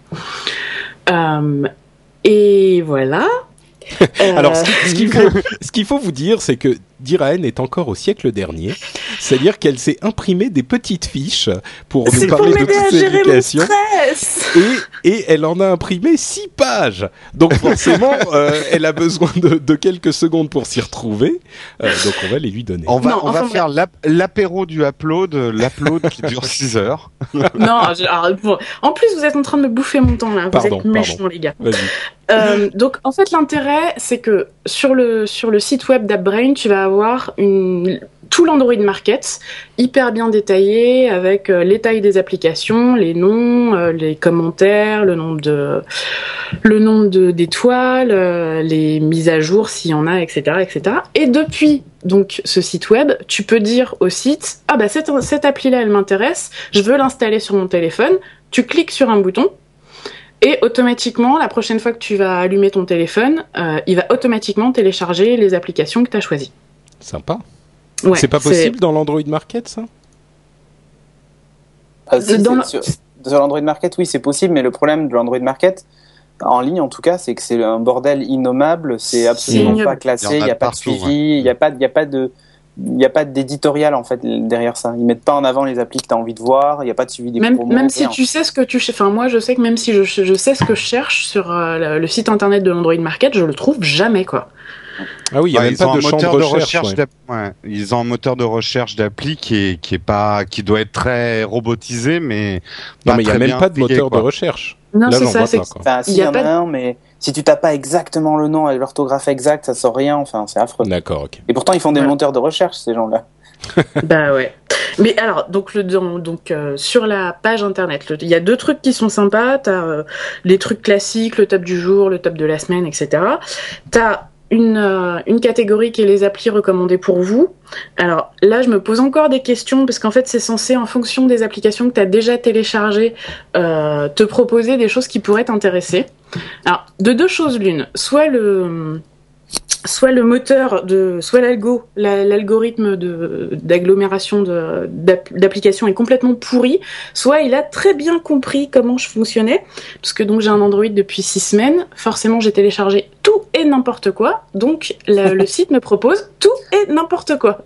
Et voilà. Alors, ce qu'il faut vous dire, c'est que Diraen est encore au siècle dernier, c'est-à-dire qu'elle s'est imprimée des petites fiches pour nous parler de toutes ces applications, et elle en a imprimé 6 pages. Donc forcément, elle a besoin de quelques secondes pour s'y retrouver. Donc on va les lui donner. On va faire l'apéro du upload, l'upload qui dure 6 heures. Non, en plus vous êtes en train de me bouffer mon temps là. Vous êtes méchants les gars. Vas-y. Donc en fait l'intérêt c'est que sur le site web d'AppBrain tu vas avoir tout l'Android Market hyper bien détaillé avec les tailles des applications, les noms, les commentaires, le nombre d'étoiles, les mises à jour s'il y en a, etc., etc. Et depuis donc ce site web, tu peux dire au site cette appli-là elle m'intéresse, je veux l'installer sur mon téléphone. Tu cliques sur un bouton. Et automatiquement, la prochaine fois que tu vas allumer ton téléphone, il va automatiquement télécharger les applications que tu as choisies. Sympa. Ouais, c'est pas possible dans l'Android Market, ça ? Sur l'Android Market, oui, c'est possible, mais le problème de l'Android Market, en ligne en tout cas, c'est que c'est un bordel innommable, c'est absolument pas classé, il n'y a pas de suivi, il n'y a pas d'éditorial en fait derrière ça. Ils mettent pas en avant les applis que tu as envie de voir, il n'y a pas de suivi des promos. Même si tu sais ce que tu cherches, enfin moi je sais que même si je sais ce que je cherche sur le site internet de l'Android Market, je le trouve jamais quoi. Ah oui, il y a même pas de champ de recherche. Ils ont un moteur de recherche d'appli qui doit être très robotisé, mais non, mais il y a même pas de moteur de recherche. Non, là, c'est ça, c'est il y en a un, mais si tu tapes pas exactement le nom et l'orthographe exacte, ça sort rien, enfin, c'est affreux. D'accord, ok. Et pourtant, ils font des moteurs de recherche, ces gens-là. Bah ouais. Mais alors, donc, sur la page internet, il y a 2 trucs qui sont sympas. T'as les trucs classiques, le top du jour, le top de la semaine, etc. T'as une catégorie qui est les applis recommandées pour vous. Alors là, je me pose encore des questions parce qu'en fait, c'est censé, en fonction des applications que tu as déjà téléchargées, te proposer des choses qui pourraient t'intéresser. Alors, de 2 choses l'une, soit le moteur soit l'algorithme d'agglomération d'applications est complètement pourri, soit il a très bien compris comment je fonctionnais, parce que donc j'ai un Android depuis 6 semaines, forcément j'ai téléchargé tout et n'importe quoi, donc le site me propose tout et n'importe quoi.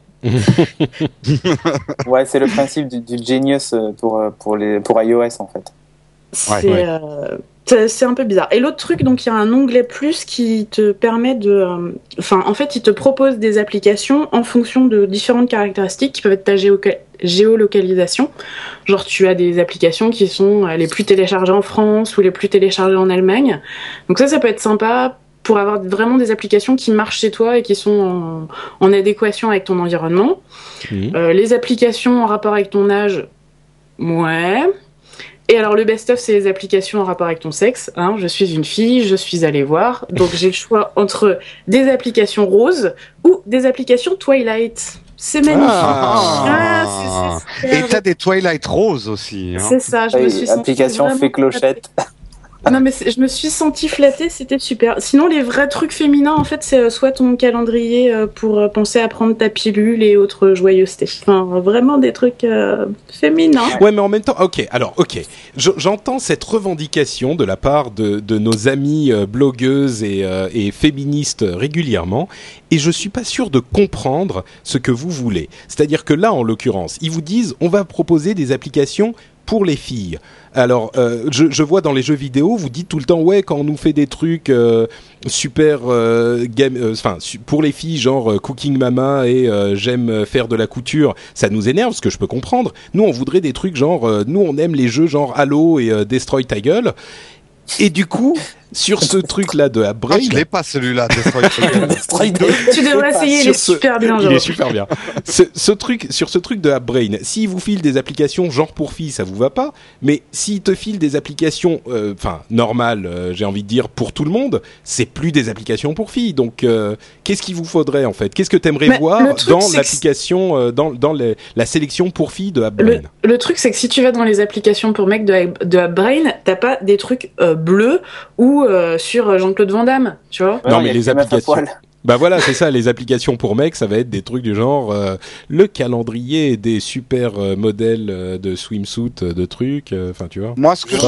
Ouais, c'est le principe du Genius pour iOS en fait. C'est un peu bizarre. Et l'autre truc, donc il y a un onglet plus qui te permet en fait, il te propose des applications en fonction de différentes caractéristiques qui peuvent être ta géolocalisation. Genre, tu as des applications qui sont les plus téléchargées en France ou les plus téléchargées en Allemagne. Donc ça peut être sympa pour avoir vraiment des applications qui marchent chez toi et qui sont en adéquation avec ton environnement. Les applications en rapport avec ton âge, ouais. Et alors le best-of, c'est les applications en rapport avec ton sexe. Hein. Je suis une fille, je suis allée voir. Donc j'ai le choix entre des applications roses ou des applications Twilight. C'est magnifique. Et t'as des Twilight roses aussi. Hein. C'est ça, je me suis sentie application fait clochette. Non mais je me suis sentie flattée, c'était super. Sinon les vrais trucs féminins en fait c'est soit ton calendrier pour penser à prendre ta pilule et autres joyeusetés. Enfin vraiment des trucs féminins. Ouais mais en même temps, ok. J'entends cette revendication de la part de nos amies blogueuses et féministes régulièrement et je suis pas sûr de comprendre ce que vous voulez. C'est-à-dire que là en l'occurrence, ils vous disent on va proposer des applications pour les filles. Alors, je vois dans les jeux vidéo, vous dites tout le temps, ouais, quand on nous fait des trucs super pour les filles, genre Cooking Mama et j'aime faire de la couture, ça nous énerve, ce que je peux comprendre. Nous, on voudrait des trucs genre, nous, on aime les jeux genre Halo et Destroy ta gueule. Et du coup, sur ce truc-là de AppBrain... je l'ai pas celui-là, Destroy ta gueule. Tu devrais essayer, il est super bien. Il est super bien. Sur ce truc de AppBrain, s'il vous file des applications genre pour filles, ça vous va pas. Mais s'il te file des applications, normales, j'ai envie de dire, pour tout le monde, c'est plus des applications pour filles. Donc, qu'est-ce qu'il vous faudrait, en fait ? Qu'est-ce que t'aimerais voir dans l'application, dans la sélection pour filles de AppBrain ? Le truc, c'est que si tu vas dans les applications pour mecs de AppBrain, t'as pas des trucs bleus ou sur Jean-Claude Van Damme, tu vois. Non, mais les applications... Bah voilà, c'est ça, les applications pour mecs, ça va être des trucs du genre le calendrier des super modèles de swimsuit, de trucs, enfin tu vois. Moi ce que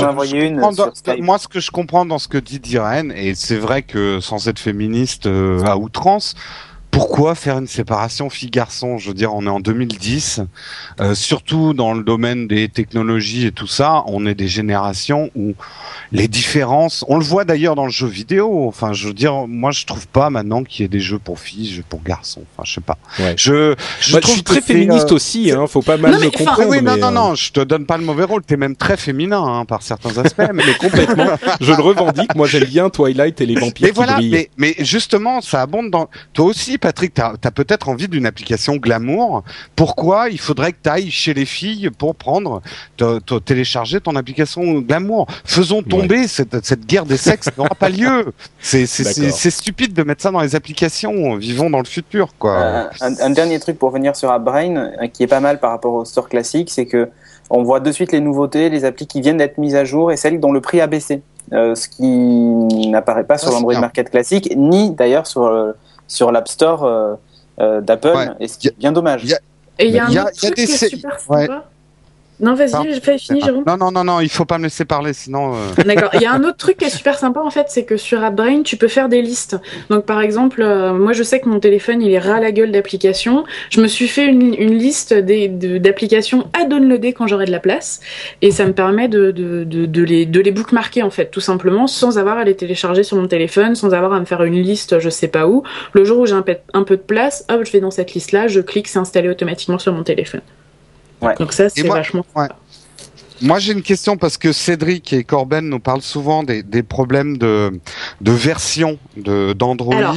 je comprends dans ce que dit Diren, et c'est vrai que sans être féministe à outrance, pourquoi faire une séparation filles-garçons ? Je veux dire, on est en 2010, surtout dans le domaine des technologies et tout ça, on est des générations où les différences, on le voit d'ailleurs dans le jeu vidéo, enfin je veux dire, moi je trouve pas maintenant qu'il y ait des jeux pour filles, jeux pour garçons, enfin je sais pas. Ouais. Je suis très féministe aussi, hein, faut pas mal me comprendre. Oui, non, je te donne pas le mauvais rôle, t'es même très féminin hein, par certains aspects. mais complètement, je le revendique, moi j'aime bien Twilight et les vampires qui brillent. Mais justement, ça abonde dans... Toi aussi Patrick, t'as peut-être envie d'une application glamour, pourquoi il faudrait que t'ailles chez les filles pour télécharger ton application glamour ? Faisons tomber cette guerre des sexes n'aura pas lieu. C'est stupide de mettre ça dans les applications. Vivons dans le futur, quoi. Un dernier truc pour revenir sur AppBrain, qui est pas mal par rapport au store classique, c'est que on voit de suite les nouveautés, les applis qui viennent d'être mises à jour et celles dont le prix a baissé. Ce qui n'apparaît pas sur l'Android Market classique, ni d'ailleurs sur l'App Store d'Apple, et ce qui est bien dommage. Et il y a un autre truc qui est super sympa. Non, vas-y, j'ai fini, Jérôme. Non, il faut pas me laisser parler, sinon... D'accord. Il y a un autre truc qui est super sympa, en fait, c'est que sur AppBrain, tu peux faire des listes. Donc, par exemple, moi, je sais que mon téléphone, il est ras la gueule d'applications. Je me suis fait une liste d'applications à downloader quand j'aurai de la place. Et ça me permet de les bookmarker, en fait, tout simplement, sans avoir à les télécharger sur mon téléphone, sans avoir à me faire une liste, je sais pas où. Le jour où j'ai un peu de place, hop, je vais dans cette liste-là, je clique, c'est installé automatiquement sur mon téléphone. Ouais. Donc ça, c'est vachement... Ouais. Moi, j'ai une question parce que Cédric et Corben nous parlent souvent des problèmes de version d'Android.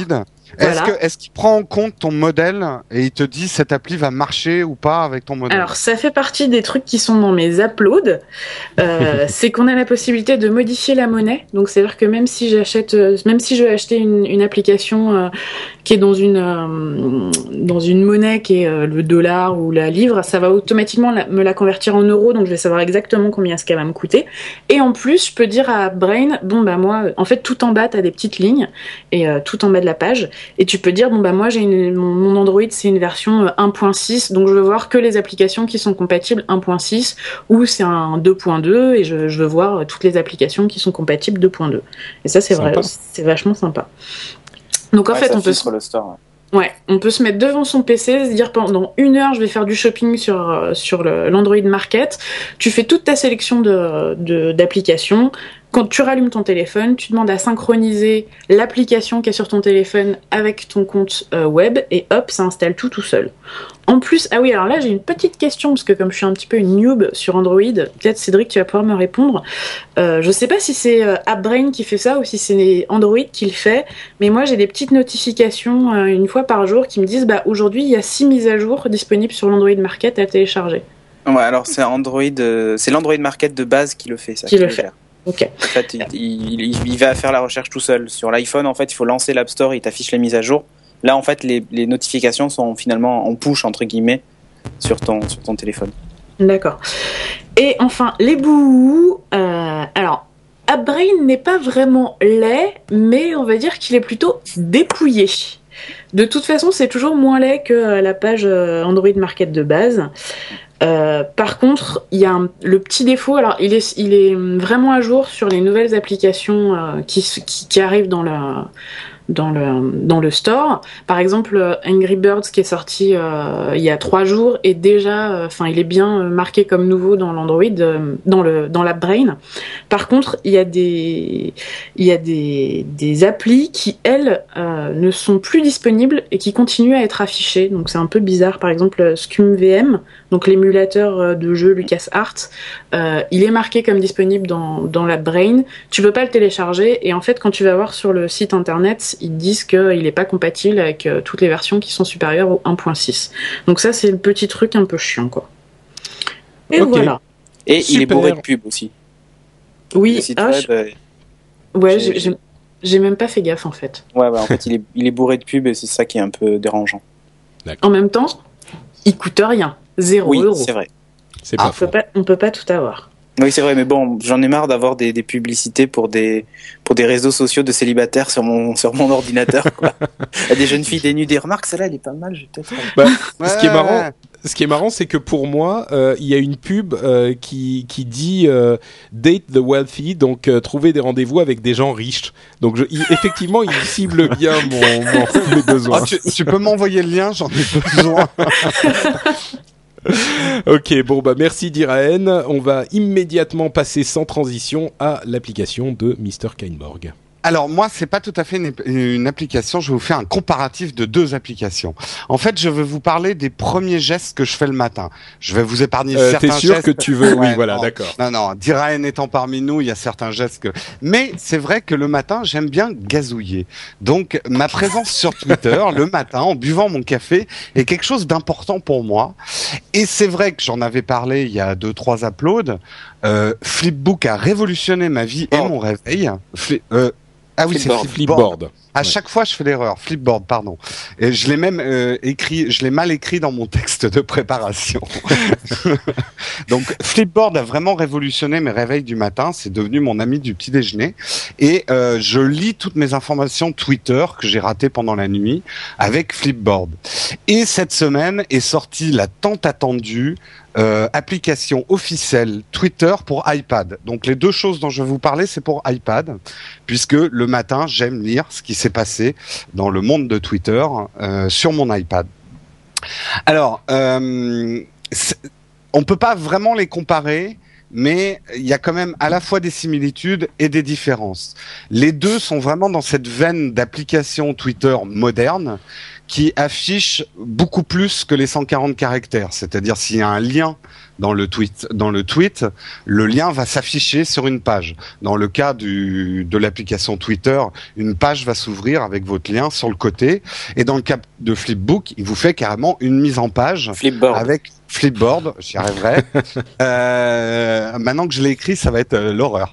Voilà. Est-ce qu'il prend en compte ton modèle et il te dit cette appli va marcher ou pas avec ton modèle? Alors, ça fait partie des trucs qui sont dans mes uploads. C'est qu'on a la possibilité de modifier la monnaie. Donc, c'est-à-dire que même si je veux acheter une application qui est dans une monnaie qui est le dollar ou la livre, ça va automatiquement me la convertir en euros. Donc, je vais savoir exactement combien ce qu'elle va me coûter. Et en plus, je peux dire à Brain, bon bah moi, en fait, tout en bas, t'as des petites lignes et tout en bas de la page. Et tu peux dire, bon bah moi, mon Android, c'est une version 1.6, donc je veux voir que les applications qui sont compatibles 1.6, ou c'est un 2.2, et je veux voir toutes les applications qui sont compatibles 2.2. Et ça, c'est vrai, c'est vachement sympa. Donc en fait, on peut sur le store. Ouais, on peut se mettre devant son PC, se dire pendant 1 heure, je vais faire du shopping sur l'Android Market. Tu fais toute ta sélection d'applications. Quand tu rallumes ton téléphone, tu demandes à synchroniser l'application qui est sur ton téléphone avec ton compte web et hop, ça installe tout seul. En plus, ah oui, alors là j'ai une petite question parce que comme je suis un petit peu une noob sur Android, peut-être Cédric tu vas pouvoir me répondre. Je sais pas si c'est AppBrain qui fait ça ou si c'est Android qui le fait, mais moi j'ai des petites notifications une fois par jour qui me disent bah aujourd'hui il y a 6 mises à jour disponibles sur l'Android Market à télécharger. Ouais, alors c'est l'Android Market de base qui le fait, ça. Qui le fait. Ok. En fait, il va faire la recherche tout seul. Sur l'iPhone, en fait, il faut lancer l'App Store, il t'affiche les mises à jour. Là, en fait, les notifications sont finalement en push, entre guillemets, sur ton téléphone. D'accord. Et enfin, les bouts. Alors, AppBrain n'est pas vraiment laid, mais on va dire qu'il est plutôt dépouillé. De toute façon, c'est toujours moins laid que la page Android Market de base. Par contre, il y a le petit défaut. Alors, il est vraiment à jour sur les nouvelles applications qui arrivent dans le store. Par exemple, Angry Birds qui est sorti il y a 3 jours est déjà, il est bien marqué comme nouveau dans l'Android, dans l'AppBrain. Par contre, il y a des applis qui elles ne sont plus disponibles et qui continuent à être affichées. Donc c'est un peu bizarre. Par exemple, ScumVM, donc l'émulateur de jeu LucasArts, il est marqué comme disponible dans l'AppBrain. Tu peux pas le télécharger et en fait, quand tu vas voir sur le site internet, ils disent qu'il n'est pas compatible avec toutes les versions qui sont supérieures au 1.6. Donc ça, c'est le petit truc un peu chiant, quoi. Et okay. Voilà. Et super. Il est bourré de pubs aussi. Oui. J'ai même pas fait gaffe, en fait. Ouais, en fait, il est bourré de pubs et c'est ça qui est un peu dérangeant. En même temps, il coûte rien. 0 €. Oui, c'est vrai. C'est pas faux. On peut pas tout avoir. Oui, c'est vrai, mais bon, j'en ai marre d'avoir des publicités pour des réseaux sociaux de célibataires sur mon ordinateur, quoi. Il y a des jeunes filles dénudées. Remarque, celle-là, elle est pas mal, je vais peut-être... Ce qui est marrant, c'est que pour moi, il y a une pub qui dit date the wealthy, donc trouver des rendez-vous avec des gens riches. Donc effectivement, il cible bien mes besoins. Tu peux m'envoyer le lien, j'en ai besoin. Ok, bon merci Diraen. On va immédiatement passer sans transition à l'application de Mr. Kainborg. Alors moi, c'est pas tout à fait une application. Je vais vous faire un comparatif de 2 applications. En fait, je vais vous parler des premiers gestes que je fais le matin. Je vais vous épargner certains gestes. T'es sûr que tu veux? Oui, voilà, non, d'accord. Non, Diraen étant parmi nous, il y a certains gestes que... Mais c'est vrai que le matin, j'aime bien gazouiller. Donc, ma présence sur Twitter, le matin, en buvant mon café, est quelque chose d'important pour moi. Et c'est vrai que j'en avais parlé il y a 2-3 uploads. Flipbook a révolutionné ma vie et mon réveil. Ah oui, c'est Flipboard. À chaque fois, je fais l'erreur. Flipboard, pardon. Et je l'ai même je l'ai mal écrit dans mon texte de préparation. Donc, Flipboard a vraiment révolutionné mes réveils du matin. C'est devenu mon ami du petit déjeuner. Et je lis toutes mes informations Twitter que j'ai ratées pendant la nuit avec Flipboard. Et cette semaine est sortie la tant attendue application officielle Twitter pour iPad. Donc les 2 choses dont je vais vous parler, c'est pour iPad, puisque le matin, j'aime lire ce qui s'est passé dans le monde de Twitter sur mon iPad. Alors, on peut pas vraiment les comparer, mais il y a quand même à la fois des similitudes et des différences. Les 2 sont vraiment dans cette veine d'application Twitter moderne, qui affiche beaucoup plus que les 140 caractères. C'est-à-dire s'il y a un lien dans le tweet, le lien va s'afficher sur une page. Dans le cas de l'application Twitter, une page va s'ouvrir avec votre lien sur le côté. Et dans le cas de Flipbook, il vous fait carrément une mise en page avec Flipboard, j'y arriverai. Maintenant que je l'ai écrit, ça va être l'horreur.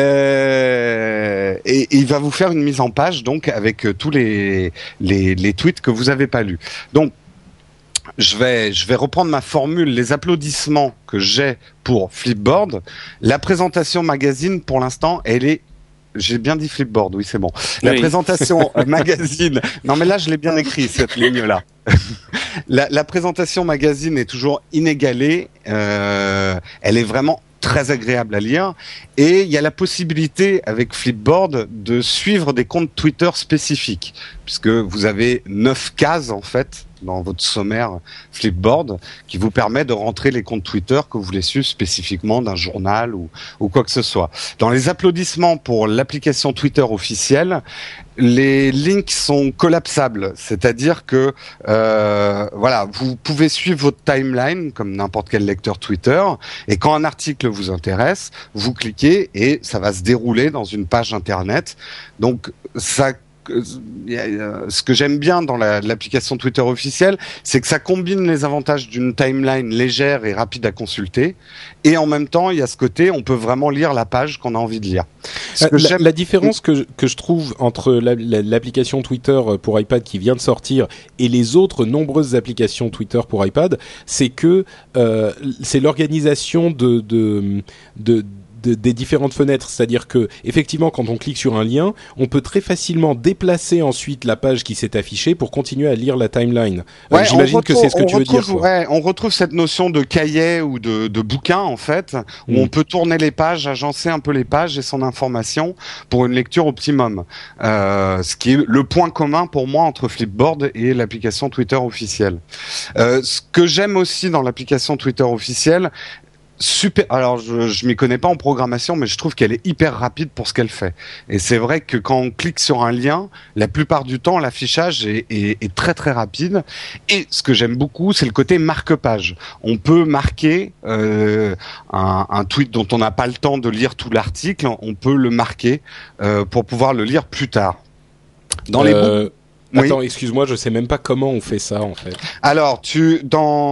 Et il va vous faire une mise en page donc avec tous les tweets que vous avez pas lus. Donc je vais reprendre ma formule, les applaudissements que j'ai pour Flipboard. La présentation magazine, pour l'instant, j'ai bien dit Flipboard, oui, c'est bon. La présentation magazine. Non, mais là, je l'ai bien écrit, cette ligne-là. La présentation magazine est toujours inégalée. Elle est vraiment très agréable à lire. Et il y a la possibilité, avec Flipboard, de suivre des comptes Twitter spécifiques. Puisque vous avez 9 cases, en fait, dans votre sommaire Flipboard, qui vous permet de rentrer les comptes Twitter que vous voulez suivre spécifiquement d'un journal ou quoi que ce soit. Dans les applaudissements pour l'application Twitter officielle, les links sont collapsables, c'est-à-dire que voilà, vous pouvez suivre votre timeline comme n'importe quel lecteur Twitter, et quand un article vous intéresse, vous cliquez et ça va se dérouler dans une page internet. Donc ça, ce que j'aime bien dans l'application Twitter officielle, c'est que ça combine les avantages d'une timeline légère et rapide à consulter, et en même temps, il y a ce côté, on peut vraiment lire la page qu'on a envie de lire. La différence que je trouve entre l'application Twitter pour iPad qui vient de sortir et les autres nombreuses applications Twitter pour iPad, c'est que c'est l'organisation des différentes fenêtres, c'est-à-dire que effectivement quand on clique sur un lien, on peut très facilement déplacer ensuite la page qui s'est affichée pour continuer à lire la timeline. J'imagine que c'est ce que tu veux dire. Ouais, on retrouve cette notion de cahier ou de bouquin en fait, où on peut tourner les pages, agencer un peu les pages et son information pour une lecture optimum. Ce qui est le point commun pour moi entre Flipboard et l'application Twitter officielle. Ce que j'aime aussi dans l'application Twitter officielle, super. Alors, je m'y connais pas en programmation, mais je trouve qu'elle est hyper rapide pour ce qu'elle fait. Et c'est vrai que quand on clique sur un lien, la plupart du temps, l'affichage est très très rapide. Et ce que j'aime beaucoup, c'est le côté marque-page. On peut marquer un tweet dont on n'a pas le temps de lire tout l'article. On peut le marquer pour pouvoir le lire plus tard. Dans les Attends, excuse-moi, je sais même pas comment on fait ça en fait. Alors, je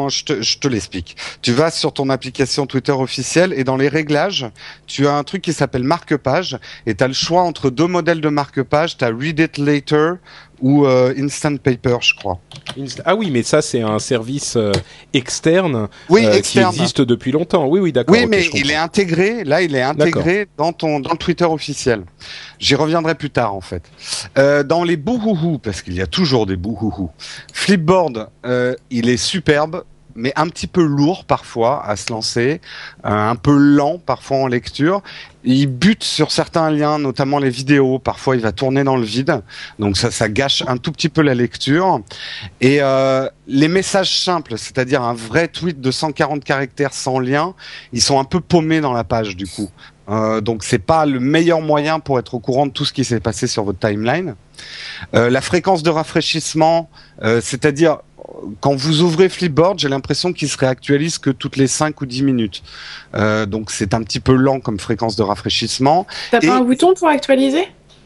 te l'explique. Tu vas sur ton application Twitter officielle et dans les réglages, tu as un truc qui s'appelle marque-page et tu as le choix entre deux modèles de marque-page. Tu as Read It Later ou Instant Paper, je crois. Ah oui, mais ça c'est un service externe, externe qui existe depuis longtemps. Oui, d'accord. Oui, mais il est intégré. Là, il est intégré dans le Twitter officiel. J'y reviendrai plus tard, en fait. Dans les bouhouhou, parce qu'il y a toujours des bouhouhou. Flipboard, il est superbe, mais un petit peu lourd parfois à se lancer, un peu lent parfois en lecture. Il bute sur certains liens, notamment les vidéos. Parfois, il va tourner dans le vide, donc ça gâche un tout petit peu la lecture. Et les messages simples, c'est-à-dire un vrai tweet de 140 caractères sans lien, ils sont un peu paumés dans la page du coup. Donc c'est pas le meilleur moyen pour être au courant de tout ce qui s'est passé sur votre timeline. La fréquence de rafraîchissement, c'est-à-dire quand vous ouvrez Flipboard, j'ai l'impression qu'il se réactualise que toutes les 5 ou 10 minutes. Donc c'est un petit peu lent comme fréquence de rafraîchissement. T'as pas un bouton pour actualiser ?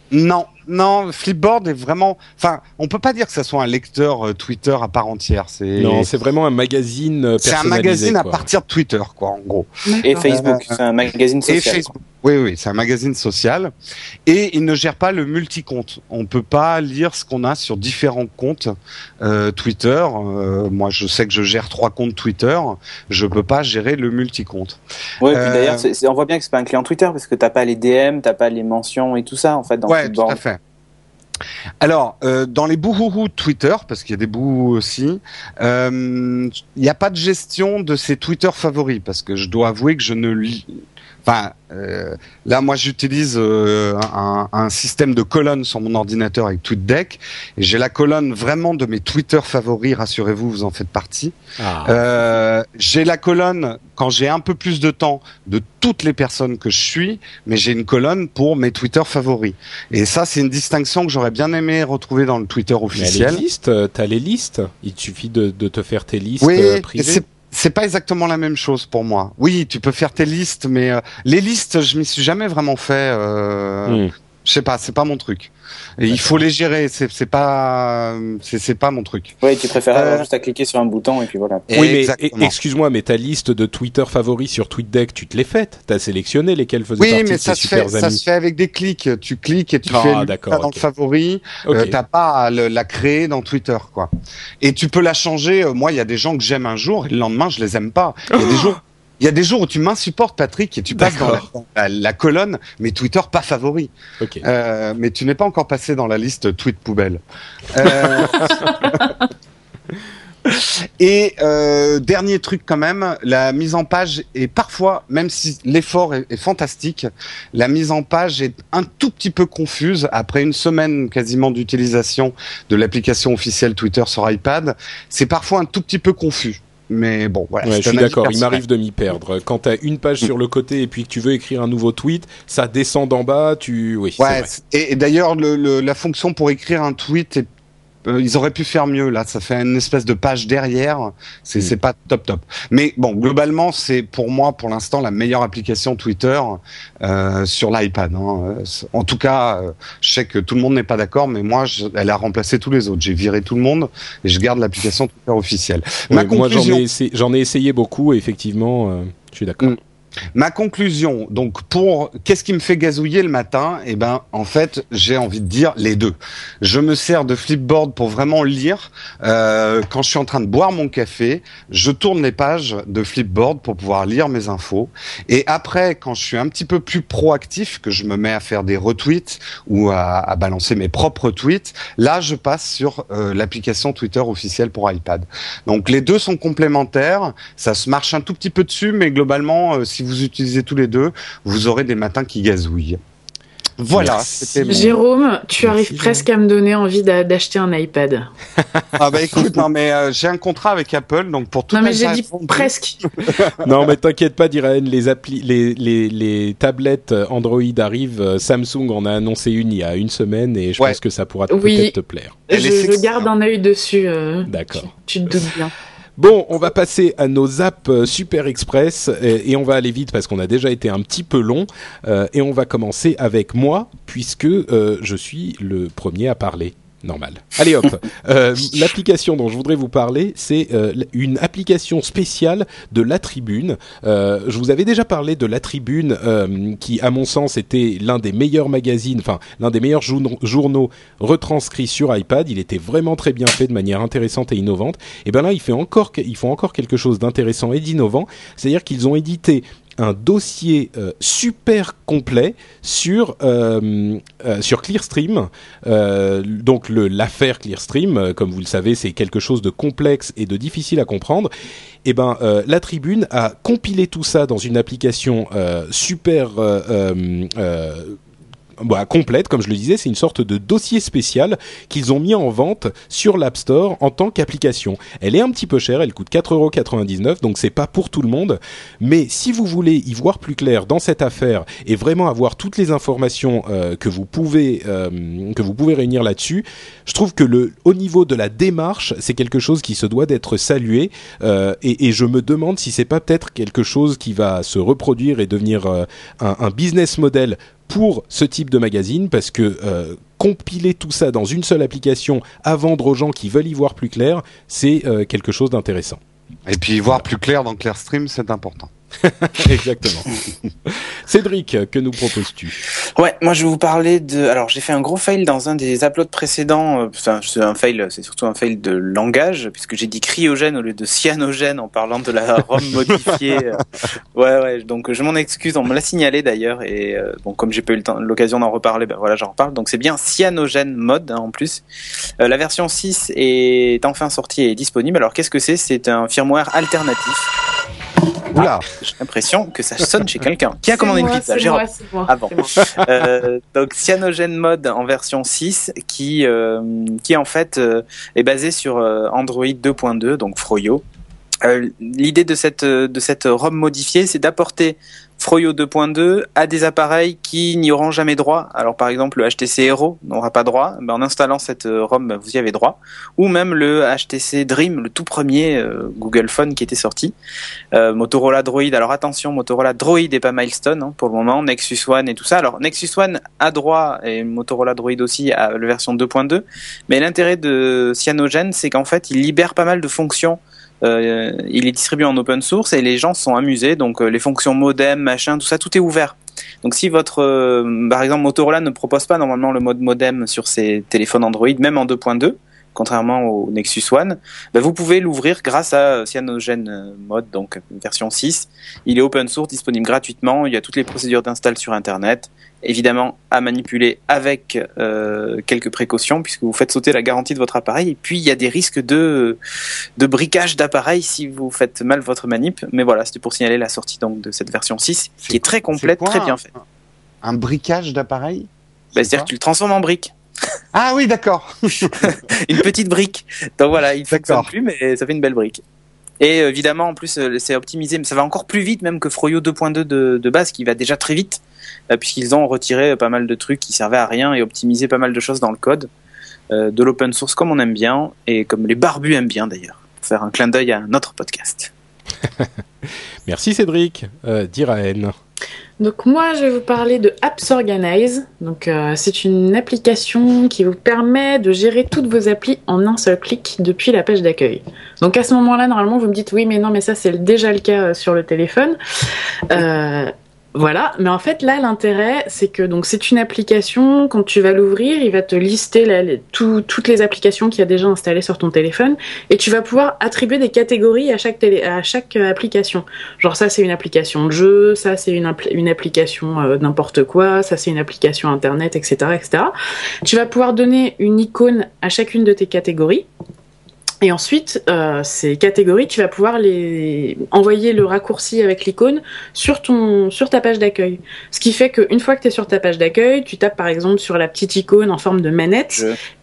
Non, Flipboard est vraiment... Enfin, on peut pas dire que ça soit un lecteur Twitter à part entière. Non, c'est vraiment un magazine personnalisé. C'est un magazine à partir de Twitter, quoi, en gros. Et Facebook, c'est un magazine social. Et Facebook. Oui, c'est un magazine social. Et il ne gère pas le multi-compte. On peut pas lire ce qu'on a sur différents comptes Twitter. Moi, je sais que je gère 3 comptes Twitter. Je peux pas gérer le multi-compte. Ouais, et puis d'ailleurs, on voit bien que c'est pas un client Twitter parce que t'as pas les DM, t'as pas les mentions et tout ça, en fait, dans Flipboard. Tout à fait. Alors, dans les bouhouhou de Twitter, parce qu'il y a des bouhouhou aussi, il n'y a pas de gestion de ses Twitter favoris, parce que je dois avouer que je ne lis... Enfin, là, moi, j'utilise un système de colonnes sur mon ordinateur avec TweetDeck. Et j'ai la colonne vraiment de mes Twitter favoris. Rassurez-vous, vous en faites partie. J'ai la colonne, quand j'ai un peu plus de temps, de toutes les personnes que je suis, mais j'ai une colonne pour mes Twitter favoris. Et ça, c'est une distinction que j'aurais bien aimé retrouver dans le Twitter officiel. Mais t'as les listes. Il suffit de te faire tes listes privées. C'est pas exactement la même chose pour moi. Oui, tu peux faire tes listes, mais les listes, je m'y suis jamais vraiment fait. Je sais pas, c'est pas mon truc. Et il faut les gérer, c'est pas mon truc. Oui, tu préfères avoir juste à cliquer sur un bouton et puis voilà. Oui, mais excuse-moi, mais ta liste de Twitter favoris sur TweetDeck, tu te l'es faite. T'as sélectionné lesquels faisaient partie de tes super amis. Ça se fait avec des clics. Tu cliques et tu fais dans le favori. T'as pas à la créer dans Twitter, quoi. Et tu peux la changer. Moi, il y a des gens que j'aime un jour et le lendemain, je les aime pas. Il y a des jours où tu m'insupportes, Patrick, et tu passes dans la colonne, mais Twitter pas favori. Okay. Mais tu n'es pas encore passé dans la liste tweet poubelle. Et dernier truc quand même, la mise en page est parfois, même si l'effort est fantastique, la mise en page est un tout petit peu confuse après une semaine quasiment d'utilisation de l'application officielle Twitter sur iPad. C'est parfois un tout petit peu confus. Mais bon, voilà. Ouais, je suis d'accord, il m'arrive de m'y perdre. Quand t'as une page sur le côté et puis que tu veux écrire un nouveau tweet, ça descend d'en bas, Oui, ouais, c'est vrai. Et d'ailleurs, la fonction pour écrire un tweet ils auraient pu faire mieux là, ça fait une espèce de page derrière, c'est pas top. Mais bon, globalement, c'est pour moi pour l'instant la meilleure application Twitter sur l'iPad. En tout cas, je sais que tout le monde n'est pas d'accord, mais moi, elle a remplacé tous les autres. J'ai viré tout le monde et je garde l'application Twitter officielle. Oui, moi, j'en ai essayé beaucoup et effectivement, je suis d'accord. Ma conclusion, donc qu'est-ce qui me fait gazouiller le matin ? Eh ben, en fait, j'ai envie de dire les deux. Je me sers de Flipboard pour vraiment lire. Quand je suis en train de boire mon café, je tourne les pages de Flipboard pour pouvoir lire mes infos. Et après, quand je suis un petit peu plus proactif, que je me mets à faire des retweets ou à balancer mes propres tweets, là, je passe sur l'application Twitter officielle pour iPad. Donc, les deux sont complémentaires. Ça se marche un tout petit peu dessus, mais globalement, si vous utilisez tous les deux, vous aurez des matins qui gazouillent. Voilà. Jérôme, tu arrives presque à me donner envie d'acheter un iPad. Ah bah écoute, non mais j'ai un contrat avec Apple, donc pour tout. Non mais j'ai dit presque. Non mais t'inquiète pas, Diraen, les tablettes Android arrivent. Samsung en a annoncé une il y a une semaine et je pense que ça pourra peut-être te plaire. Je garde un œil dessus. D'accord. Tu te doutes bien. Bon, on va passer à nos apps Super Express et on va aller vite parce qu'on a déjà été un petit peu long et on va commencer avec moi puisque je suis le premier à parler. Normal. Allez hop, l'application dont je voudrais vous parler, c'est une application spéciale de La Tribune. Je vous avais déjà parlé de La Tribune, qui, à mon sens, était l'un des meilleurs magazines, enfin l'un des meilleurs journaux retranscrits sur iPad. Il était vraiment très bien fait, de manière intéressante et innovante. Et ben là, ils font encore quelque chose d'intéressant et d'innovant, c'est-à-dire qu'ils ont édité un dossier super complet sur Clearstream. Donc l'affaire Clearstream, comme vous le savez, c'est quelque chose de complexe et de difficile à comprendre. Et ben La Tribune a compilé tout ça dans une application super complète, comme je le disais, c'est une sorte de dossier spécial qu'ils ont mis en vente sur l'App Store en tant qu'application. Elle est un petit peu chère, elle coûte 4,99 €, donc c'est pas pour tout le monde, mais si vous voulez y voir plus clair dans cette affaire et vraiment avoir toutes les informations que vous pouvez réunir là-dessus, je trouve que au niveau de la démarche, c'est quelque chose qui se doit d'être salué et je me demande si c'est pas peut-être quelque chose qui va se reproduire et devenir un business model pour ce type de magazine, parce que compiler tout ça dans une seule application à vendre aux gens qui veulent y voir plus clair, c'est quelque chose d'intéressant. Et puis y voir plus clair dans Clearstream, c'est important. Exactement. Cédric, que nous proposes-tu ? Ouais, moi je vais vous parler alors j'ai fait un gros fail dans un des uploads précédents. C'est surtout un fail de langage, puisque j'ai dit cryogène au lieu de cyanogène en parlant de la ROM modifiée. Ouais, donc je m'en excuse, on me l'a signalé d'ailleurs, et bon, comme j'ai pas eu l'occasion d'en reparler, ben voilà, j'en reparle. Donc c'est bien cyanogène mode, en plus. La version 6 est enfin sortie et disponible. Alors qu'est-ce que c'est ? C'est un firmware alternatif. Oula. J'ai l'impression que ça sonne chez quelqu'un. Qui a commandé une pizza ? C'est moi. Ah bon. Donc Cyanogen Mode en version 6 qui en fait est basé sur Android 2.2, donc Froyo. L'idée de cette ROM modifiée, c'est d'apporter Froyo 2.2 à des appareils qui n'y auront jamais droit. Alors par exemple le HTC Hero n'aura pas droit, en installant cette ROM vous y avez droit, ou même le HTC Dream, le tout premier Google Phone qui était sorti. Motorola Droid, alors attention, Motorola Droid et pas Milestone pour le moment, Nexus One et tout ça. Alors Nexus One a droit et Motorola Droid aussi à la version 2.2, mais l'intérêt de Cyanogen, c'est qu'en fait il libère pas mal de fonctions. Il est distribué en open source et les gens se sont amusés, donc les fonctions modem, machin, tout ça, tout est ouvert. Donc si votre, par exemple, Motorola ne propose pas normalement le mode modem sur ses téléphones Android, même en 2.2, contrairement au Nexus One, vous pouvez l'ouvrir grâce à Cyanogen Mode, donc version 6. Il est open source, disponible gratuitement, il y a toutes les procédures d'install sur Internet. Évidemment, à manipuler avec quelques précautions, puisque vous faites sauter la garantie de votre appareil. Et puis, il y a des risques de briquage d'appareil si vous faites mal votre manip. Mais voilà, c'était pour signaler la sortie donc de cette version 6, qui est très complète, très bien faite. Un briquage d'appareil ? C'est-à-dire que tu le transformes en brique. Ah oui, d'accord. Une petite brique. Donc voilà, il ne fonctionne plus, mais ça fait une belle brique. Et évidemment, en plus, c'est optimisé, mais ça va encore plus vite même que Froyo 2.2 de base, qui va déjà très vite, puisqu'ils ont retiré pas mal de trucs qui servaient à rien et optimisé pas mal de choses dans le code, de l'open source comme on aime bien, et comme les barbus aiment bien d'ailleurs, pour faire un clin d'œil à un autre podcast. Merci Cédric. Diraen. Donc moi, je vais vous parler de Apps Organize. Donc c'est une application qui vous permet de gérer toutes vos applis en un seul clic depuis la page d'accueil. Donc à ce moment-là, normalement, vous me dites oui, mais non, mais ça c'est déjà le cas sur le téléphone. Voilà, mais en fait là l'intérêt c'est que donc c'est une application, quand tu vas l'ouvrir, il va te lister toutes les applications qu'il y a déjà installées sur ton téléphone et tu vas pouvoir attribuer des catégories à chaque application. Genre ça c'est une application de jeu, ça c'est une application n'importe quoi, ça c'est une application internet, etc., etc. Tu vas pouvoir donner une icône à chacune de tes catégories. Et ensuite, ces catégories, tu vas pouvoir envoyer le raccourci avec l'icône sur ta page d'accueil. Ce qui fait qu'une fois que tu es sur ta page d'accueil, tu tapes par exemple sur la petite icône en forme de manette.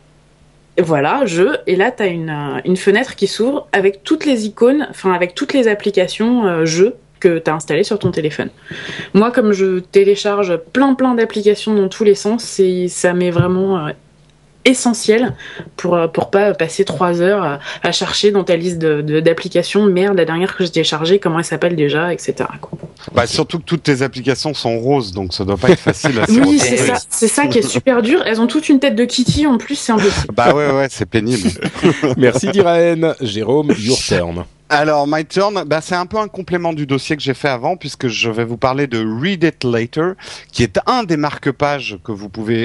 Voilà, jeu. Et là, tu as une fenêtre qui s'ouvre avec toutes les icônes, enfin avec toutes les applications jeux que tu as installées sur ton téléphone. Moi, comme je télécharge plein d'applications dans tous les sens, ça m'est vraiment... essentiel pour pas passer 3 heures à chercher dans ta liste d'applications. Merde, la dernière que j'ai téléchargée, comment elle s'appelle déjà, etc. quoi. Surtout que toutes tes applications sont roses, donc ça doit pas être facile à se Oui, c'est ça qui est super dur. Elles ont toutes une tête de Kitty en plus, c'est impossible. Ouais, c'est pénible. Merci Diraen. Jérôme, your turn. Alors, my turn, c'est un peu un complément du dossier que j'ai fait avant, puisque je vais vous parler de Read It Later, qui est un des marque-pages que vous pouvez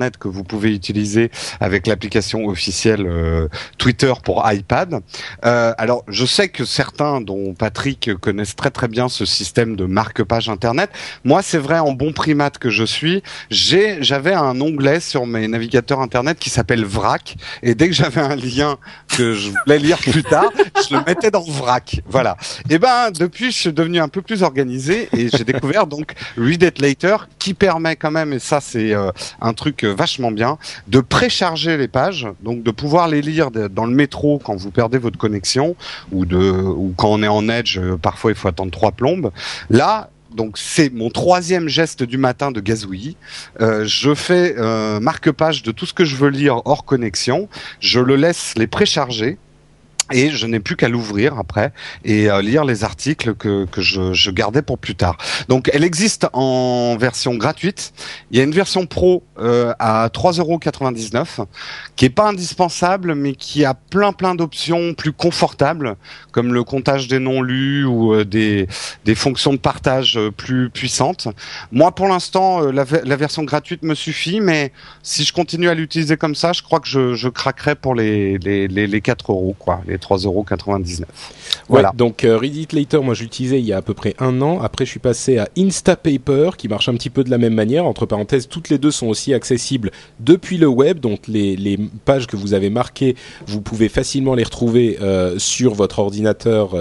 utiliser avec l'application officielle Twitter pour iPad. Alors, je sais que certains, dont Patrick, connaissent très très bien ce système de marque-page Internet. Moi, c'est vrai, en bon primate que je suis, j'avais un onglet sur mes navigateurs Internet qui s'appelle Vrac, et dès que j'avais un lien que je voulais lire plus tard, je le mettais dans Vrac, voilà. Et depuis, je suis devenu un peu plus organisé et j'ai découvert donc Read It Later qui permet quand même, et ça c'est un truc vachement bien, de précharger les pages, donc de pouvoir les lire dans le métro quand vous perdez votre connexion ou quand on est en Edge, parfois il faut attendre 3 plombes. Là, donc c'est mon 3e geste du matin de gazouillis. Je fais marque-page de tout ce que je veux lire hors connexion. Je le laisse les précharger. Et je n'ai plus qu'à l'ouvrir après et lire les articles que je gardais pour plus tard. Donc elle existe en version gratuite. Il y a une version pro à 3,99 € qui est pas indispensable mais qui a plein d'options plus confortables comme le comptage des non lus ou des fonctions de partage plus puissantes. Moi pour l'instant la version gratuite me suffit, mais si je continue à l'utiliser comme ça, je crois que je craquerai pour les 4 € quoi. Les 3,99 €. Voilà. Ouais, donc Read It Later, moi j'utilisais il y a à peu près 1 an. Après je suis passé à Instapaper qui marche un petit peu de la même manière. Entre parenthèses, toutes les deux sont aussi accessibles depuis le web. Donc les pages que vous avez marquées, vous pouvez facilement les retrouver sur votre ordinateur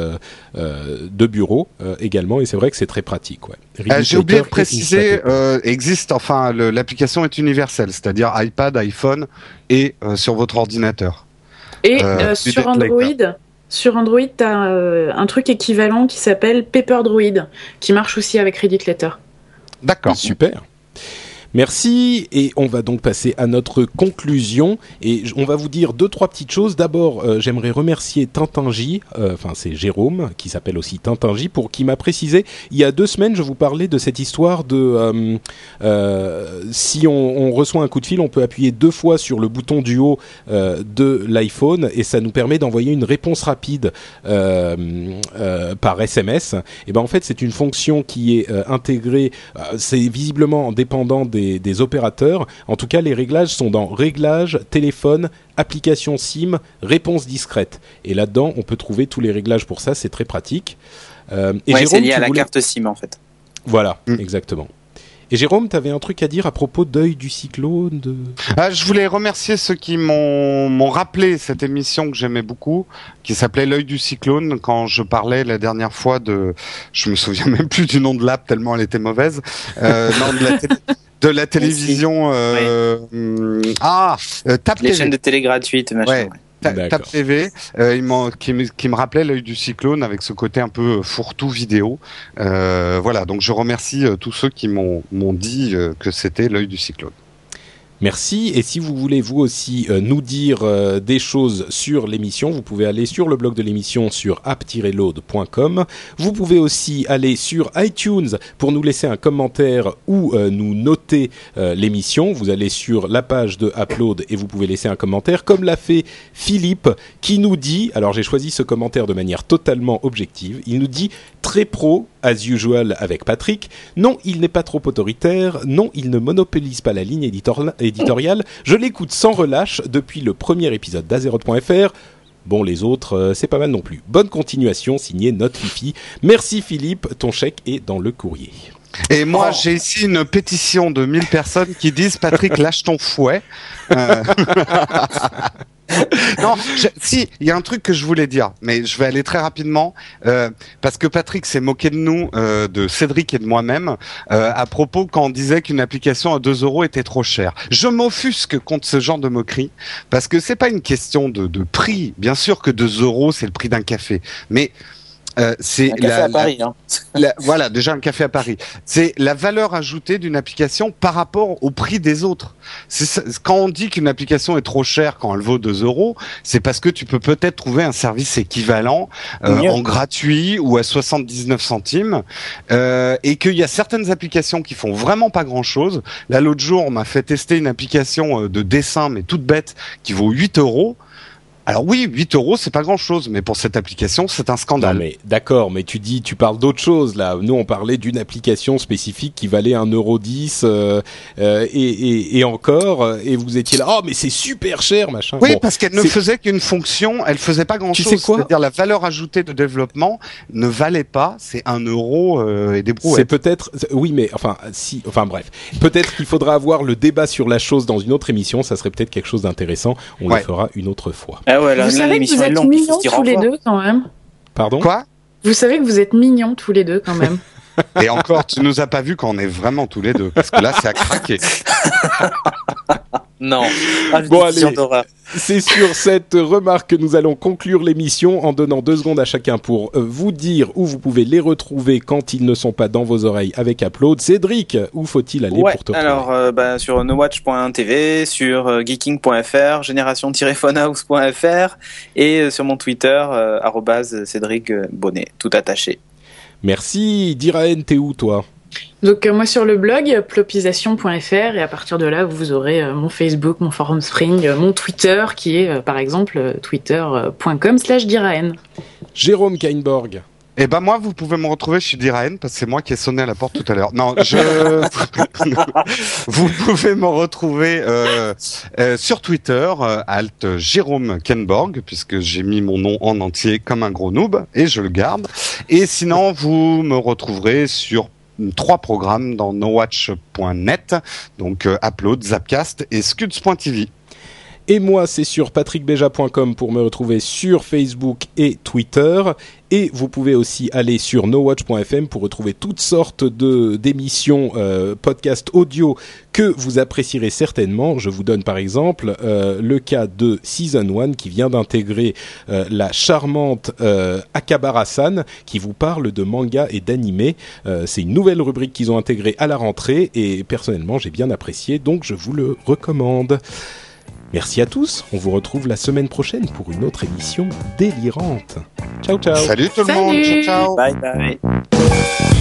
de bureau également. Et c'est vrai que c'est très pratique. Ouais. J'ai oublié de préciser, l'application est universelle, c'est-à-dire iPad, iPhone et sur votre ordinateur. Et sur Android, sur Android, tu as un truc équivalent qui s'appelle PaperDroid, qui marche aussi avec Reddit Letter. D'accord. Super. Merci, et on va donc passer à notre conclusion, et on va vous dire 2-3 petites choses. D'abord, j'aimerais remercier Tintinj, c'est Jérôme, qui s'appelle aussi Tintinj, qui m'a précisé, il y a 2 semaines, je vous parlais de cette histoire de si on reçoit un coup de fil, on peut appuyer 2 fois sur le bouton du haut de l'iPhone, et ça nous permet d'envoyer une réponse rapide par SMS. Et ben en fait, c'est une fonction qui est intégrée, c'est visiblement dépendant des opérateurs. En tout cas, les réglages sont dans Réglages, Téléphone, Application SIM, Réponse discrète. Et là-dedans, on peut trouver tous les réglages pour ça. C'est très pratique. Et Jérôme, c'est lié à la carte SIM, en fait. Voilà, exactement. Et Jérôme, tu avais un truc à dire à propos d'Œil du cyclone Je voulais remercier ceux qui m'ont rappelé cette émission que j'aimais beaucoup, qui s'appelait L'œil du cyclone, quand je parlais la dernière fois je me souviens même plus du nom de l'app tellement elle était mauvaise, de la télévision, Tap les TV. chaînes de télé gratuites, machin. Ouais. Tap TV, qui me rappelait L'œil du cyclone avec ce côté un peu fourre-tout vidéo. Voilà, donc je remercie tous ceux qui m'ont dit que c'était L'œil du cyclone. Merci, et si vous voulez vous aussi nous dire des choses sur l'émission, vous pouvez aller sur le blog de l'émission sur app-load.com. Vous pouvez aussi aller sur iTunes pour nous laisser un commentaire ou nous noter l'émission. Vous allez sur la page de Upload et vous pouvez laisser un commentaire, comme l'a fait Philippe, qui nous dit, alors j'ai choisi ce commentaire de manière totalement objective, il nous dit « Très pro, as usual avec Patrick. Non, il n'est pas trop autoritaire. Non, il ne monopolise pas la ligne éditoriale. Je l'écoute sans relâche depuis le premier épisode d'Azeroth.fr. Bon, les autres, c'est pas mal non plus. Bonne continuation, signé Note Fifi. Merci Philippe, ton chèque est dans le courrier. » Et moi, j'ai ici une pétition de 1000 personnes qui disent « Patrick, lâche ton fouet ». Non, si, il y a un truc que je voulais dire, mais je vais aller très rapidement, parce que Patrick s'est moqué de nous, de Cédric et de moi-même, à propos quand on disait qu'une application à 2 € était trop chère. Je m'offusque contre ce genre de moquerie, parce que c'est pas une question de prix. Bien sûr que 2 € c'est le prix d'un café, mais c'est un café à Paris, hein. Voilà, déjà un café à Paris. C'est la valeur ajoutée d'une application par rapport au prix des autres. Quand on dit qu'une application est trop chère quand elle vaut 2 €, c'est parce que tu peux peut-être trouver un service équivalent en gratuit ou à 79 centimes, et qu'il y a certaines applications qui font vraiment pas grand-chose. Là, l'autre jour, on m'a fait tester une application de dessin, mais toute bête, qui vaut 8 €. Alors oui, 8 € c'est pas grand-chose, mais pour cette application, c'est un scandale. Non mais d'accord, mais tu parles d'autre chose là. Nous on parlait d'une application spécifique qui valait 1,10 € et encore, et vous étiez là, oh mais c'est super cher machin. Oui, bon, parce qu'elle ne faisait qu'une fonction, elle faisait pas grand-chose. Tu sais quoi ? C'est-à-dire la valeur ajoutée de développement ne valait pas, c'est 1 € et des brouettes. C'est peut-être, oui mais enfin bref, peut-être qu'il faudra avoir le débat sur la chose dans une autre émission. Ça serait peut-être quelque chose d'intéressant. On le fera une autre fois. Ah ouais, vous savez que vous êtes mignons tous les deux quand même. Pardon ? Quoi ? Vous savez que vous êtes mignons tous les deux quand même. Et encore, tu nous as pas vu quand on est vraiment tous les deux, parce que là, c'est à craquer. Non. Bon allez, c'est sur cette remarque que nous allons conclure l'émission en donnant 2 secondes à chacun pour vous dire où vous pouvez les retrouver quand ils ne sont pas dans vos oreilles avec Upload. Cédric, où faut-il aller pour te retrouver ? Alors, sur nowatch.tv, sur geeking.fr, génération-phonehouse.fr et sur mon Twitter, @Cédric Bonnet, tout attaché. Merci. Diraen, t'es où toi ? Donc moi sur le blog plopisation.fr, et à partir de là vous aurez mon Facebook, mon forum Spring, mon Twitter qui est par exemple twitter.com/Diraen. Jérôme Kainborg. Eh ben moi, vous pouvez me retrouver chez Diraen, parce que c'est moi qui ai sonné à la porte tout à l'heure. Non, vous pouvez me retrouver sur Twitter, @Jérôme Kainborg, puisque j'ai mis mon nom en entier comme un gros noob, et je le garde. Et sinon, vous me retrouverez sur 3 programmes dans nowatch.net, donc Upload, Zapcast et Scuds.tv. Et moi, c'est sur patrickbeja.com pour me retrouver sur Facebook et Twitter. Et vous pouvez aussi aller sur nowatch.fm pour retrouver toutes sortes d'émissions podcast audio que vous apprécierez certainement. Je vous donne par exemple le cas de Season 1 qui vient d'intégrer la charmante Akabara-san qui vous parle de manga et d'anime. C'est une nouvelle rubrique qu'ils ont intégrée à la rentrée et personnellement j'ai bien apprécié, donc je vous le recommande. Merci à tous, on vous retrouve la semaine prochaine pour une autre émission délirante. Ciao ciao. Salut tout le monde, ciao ciao. Bye bye.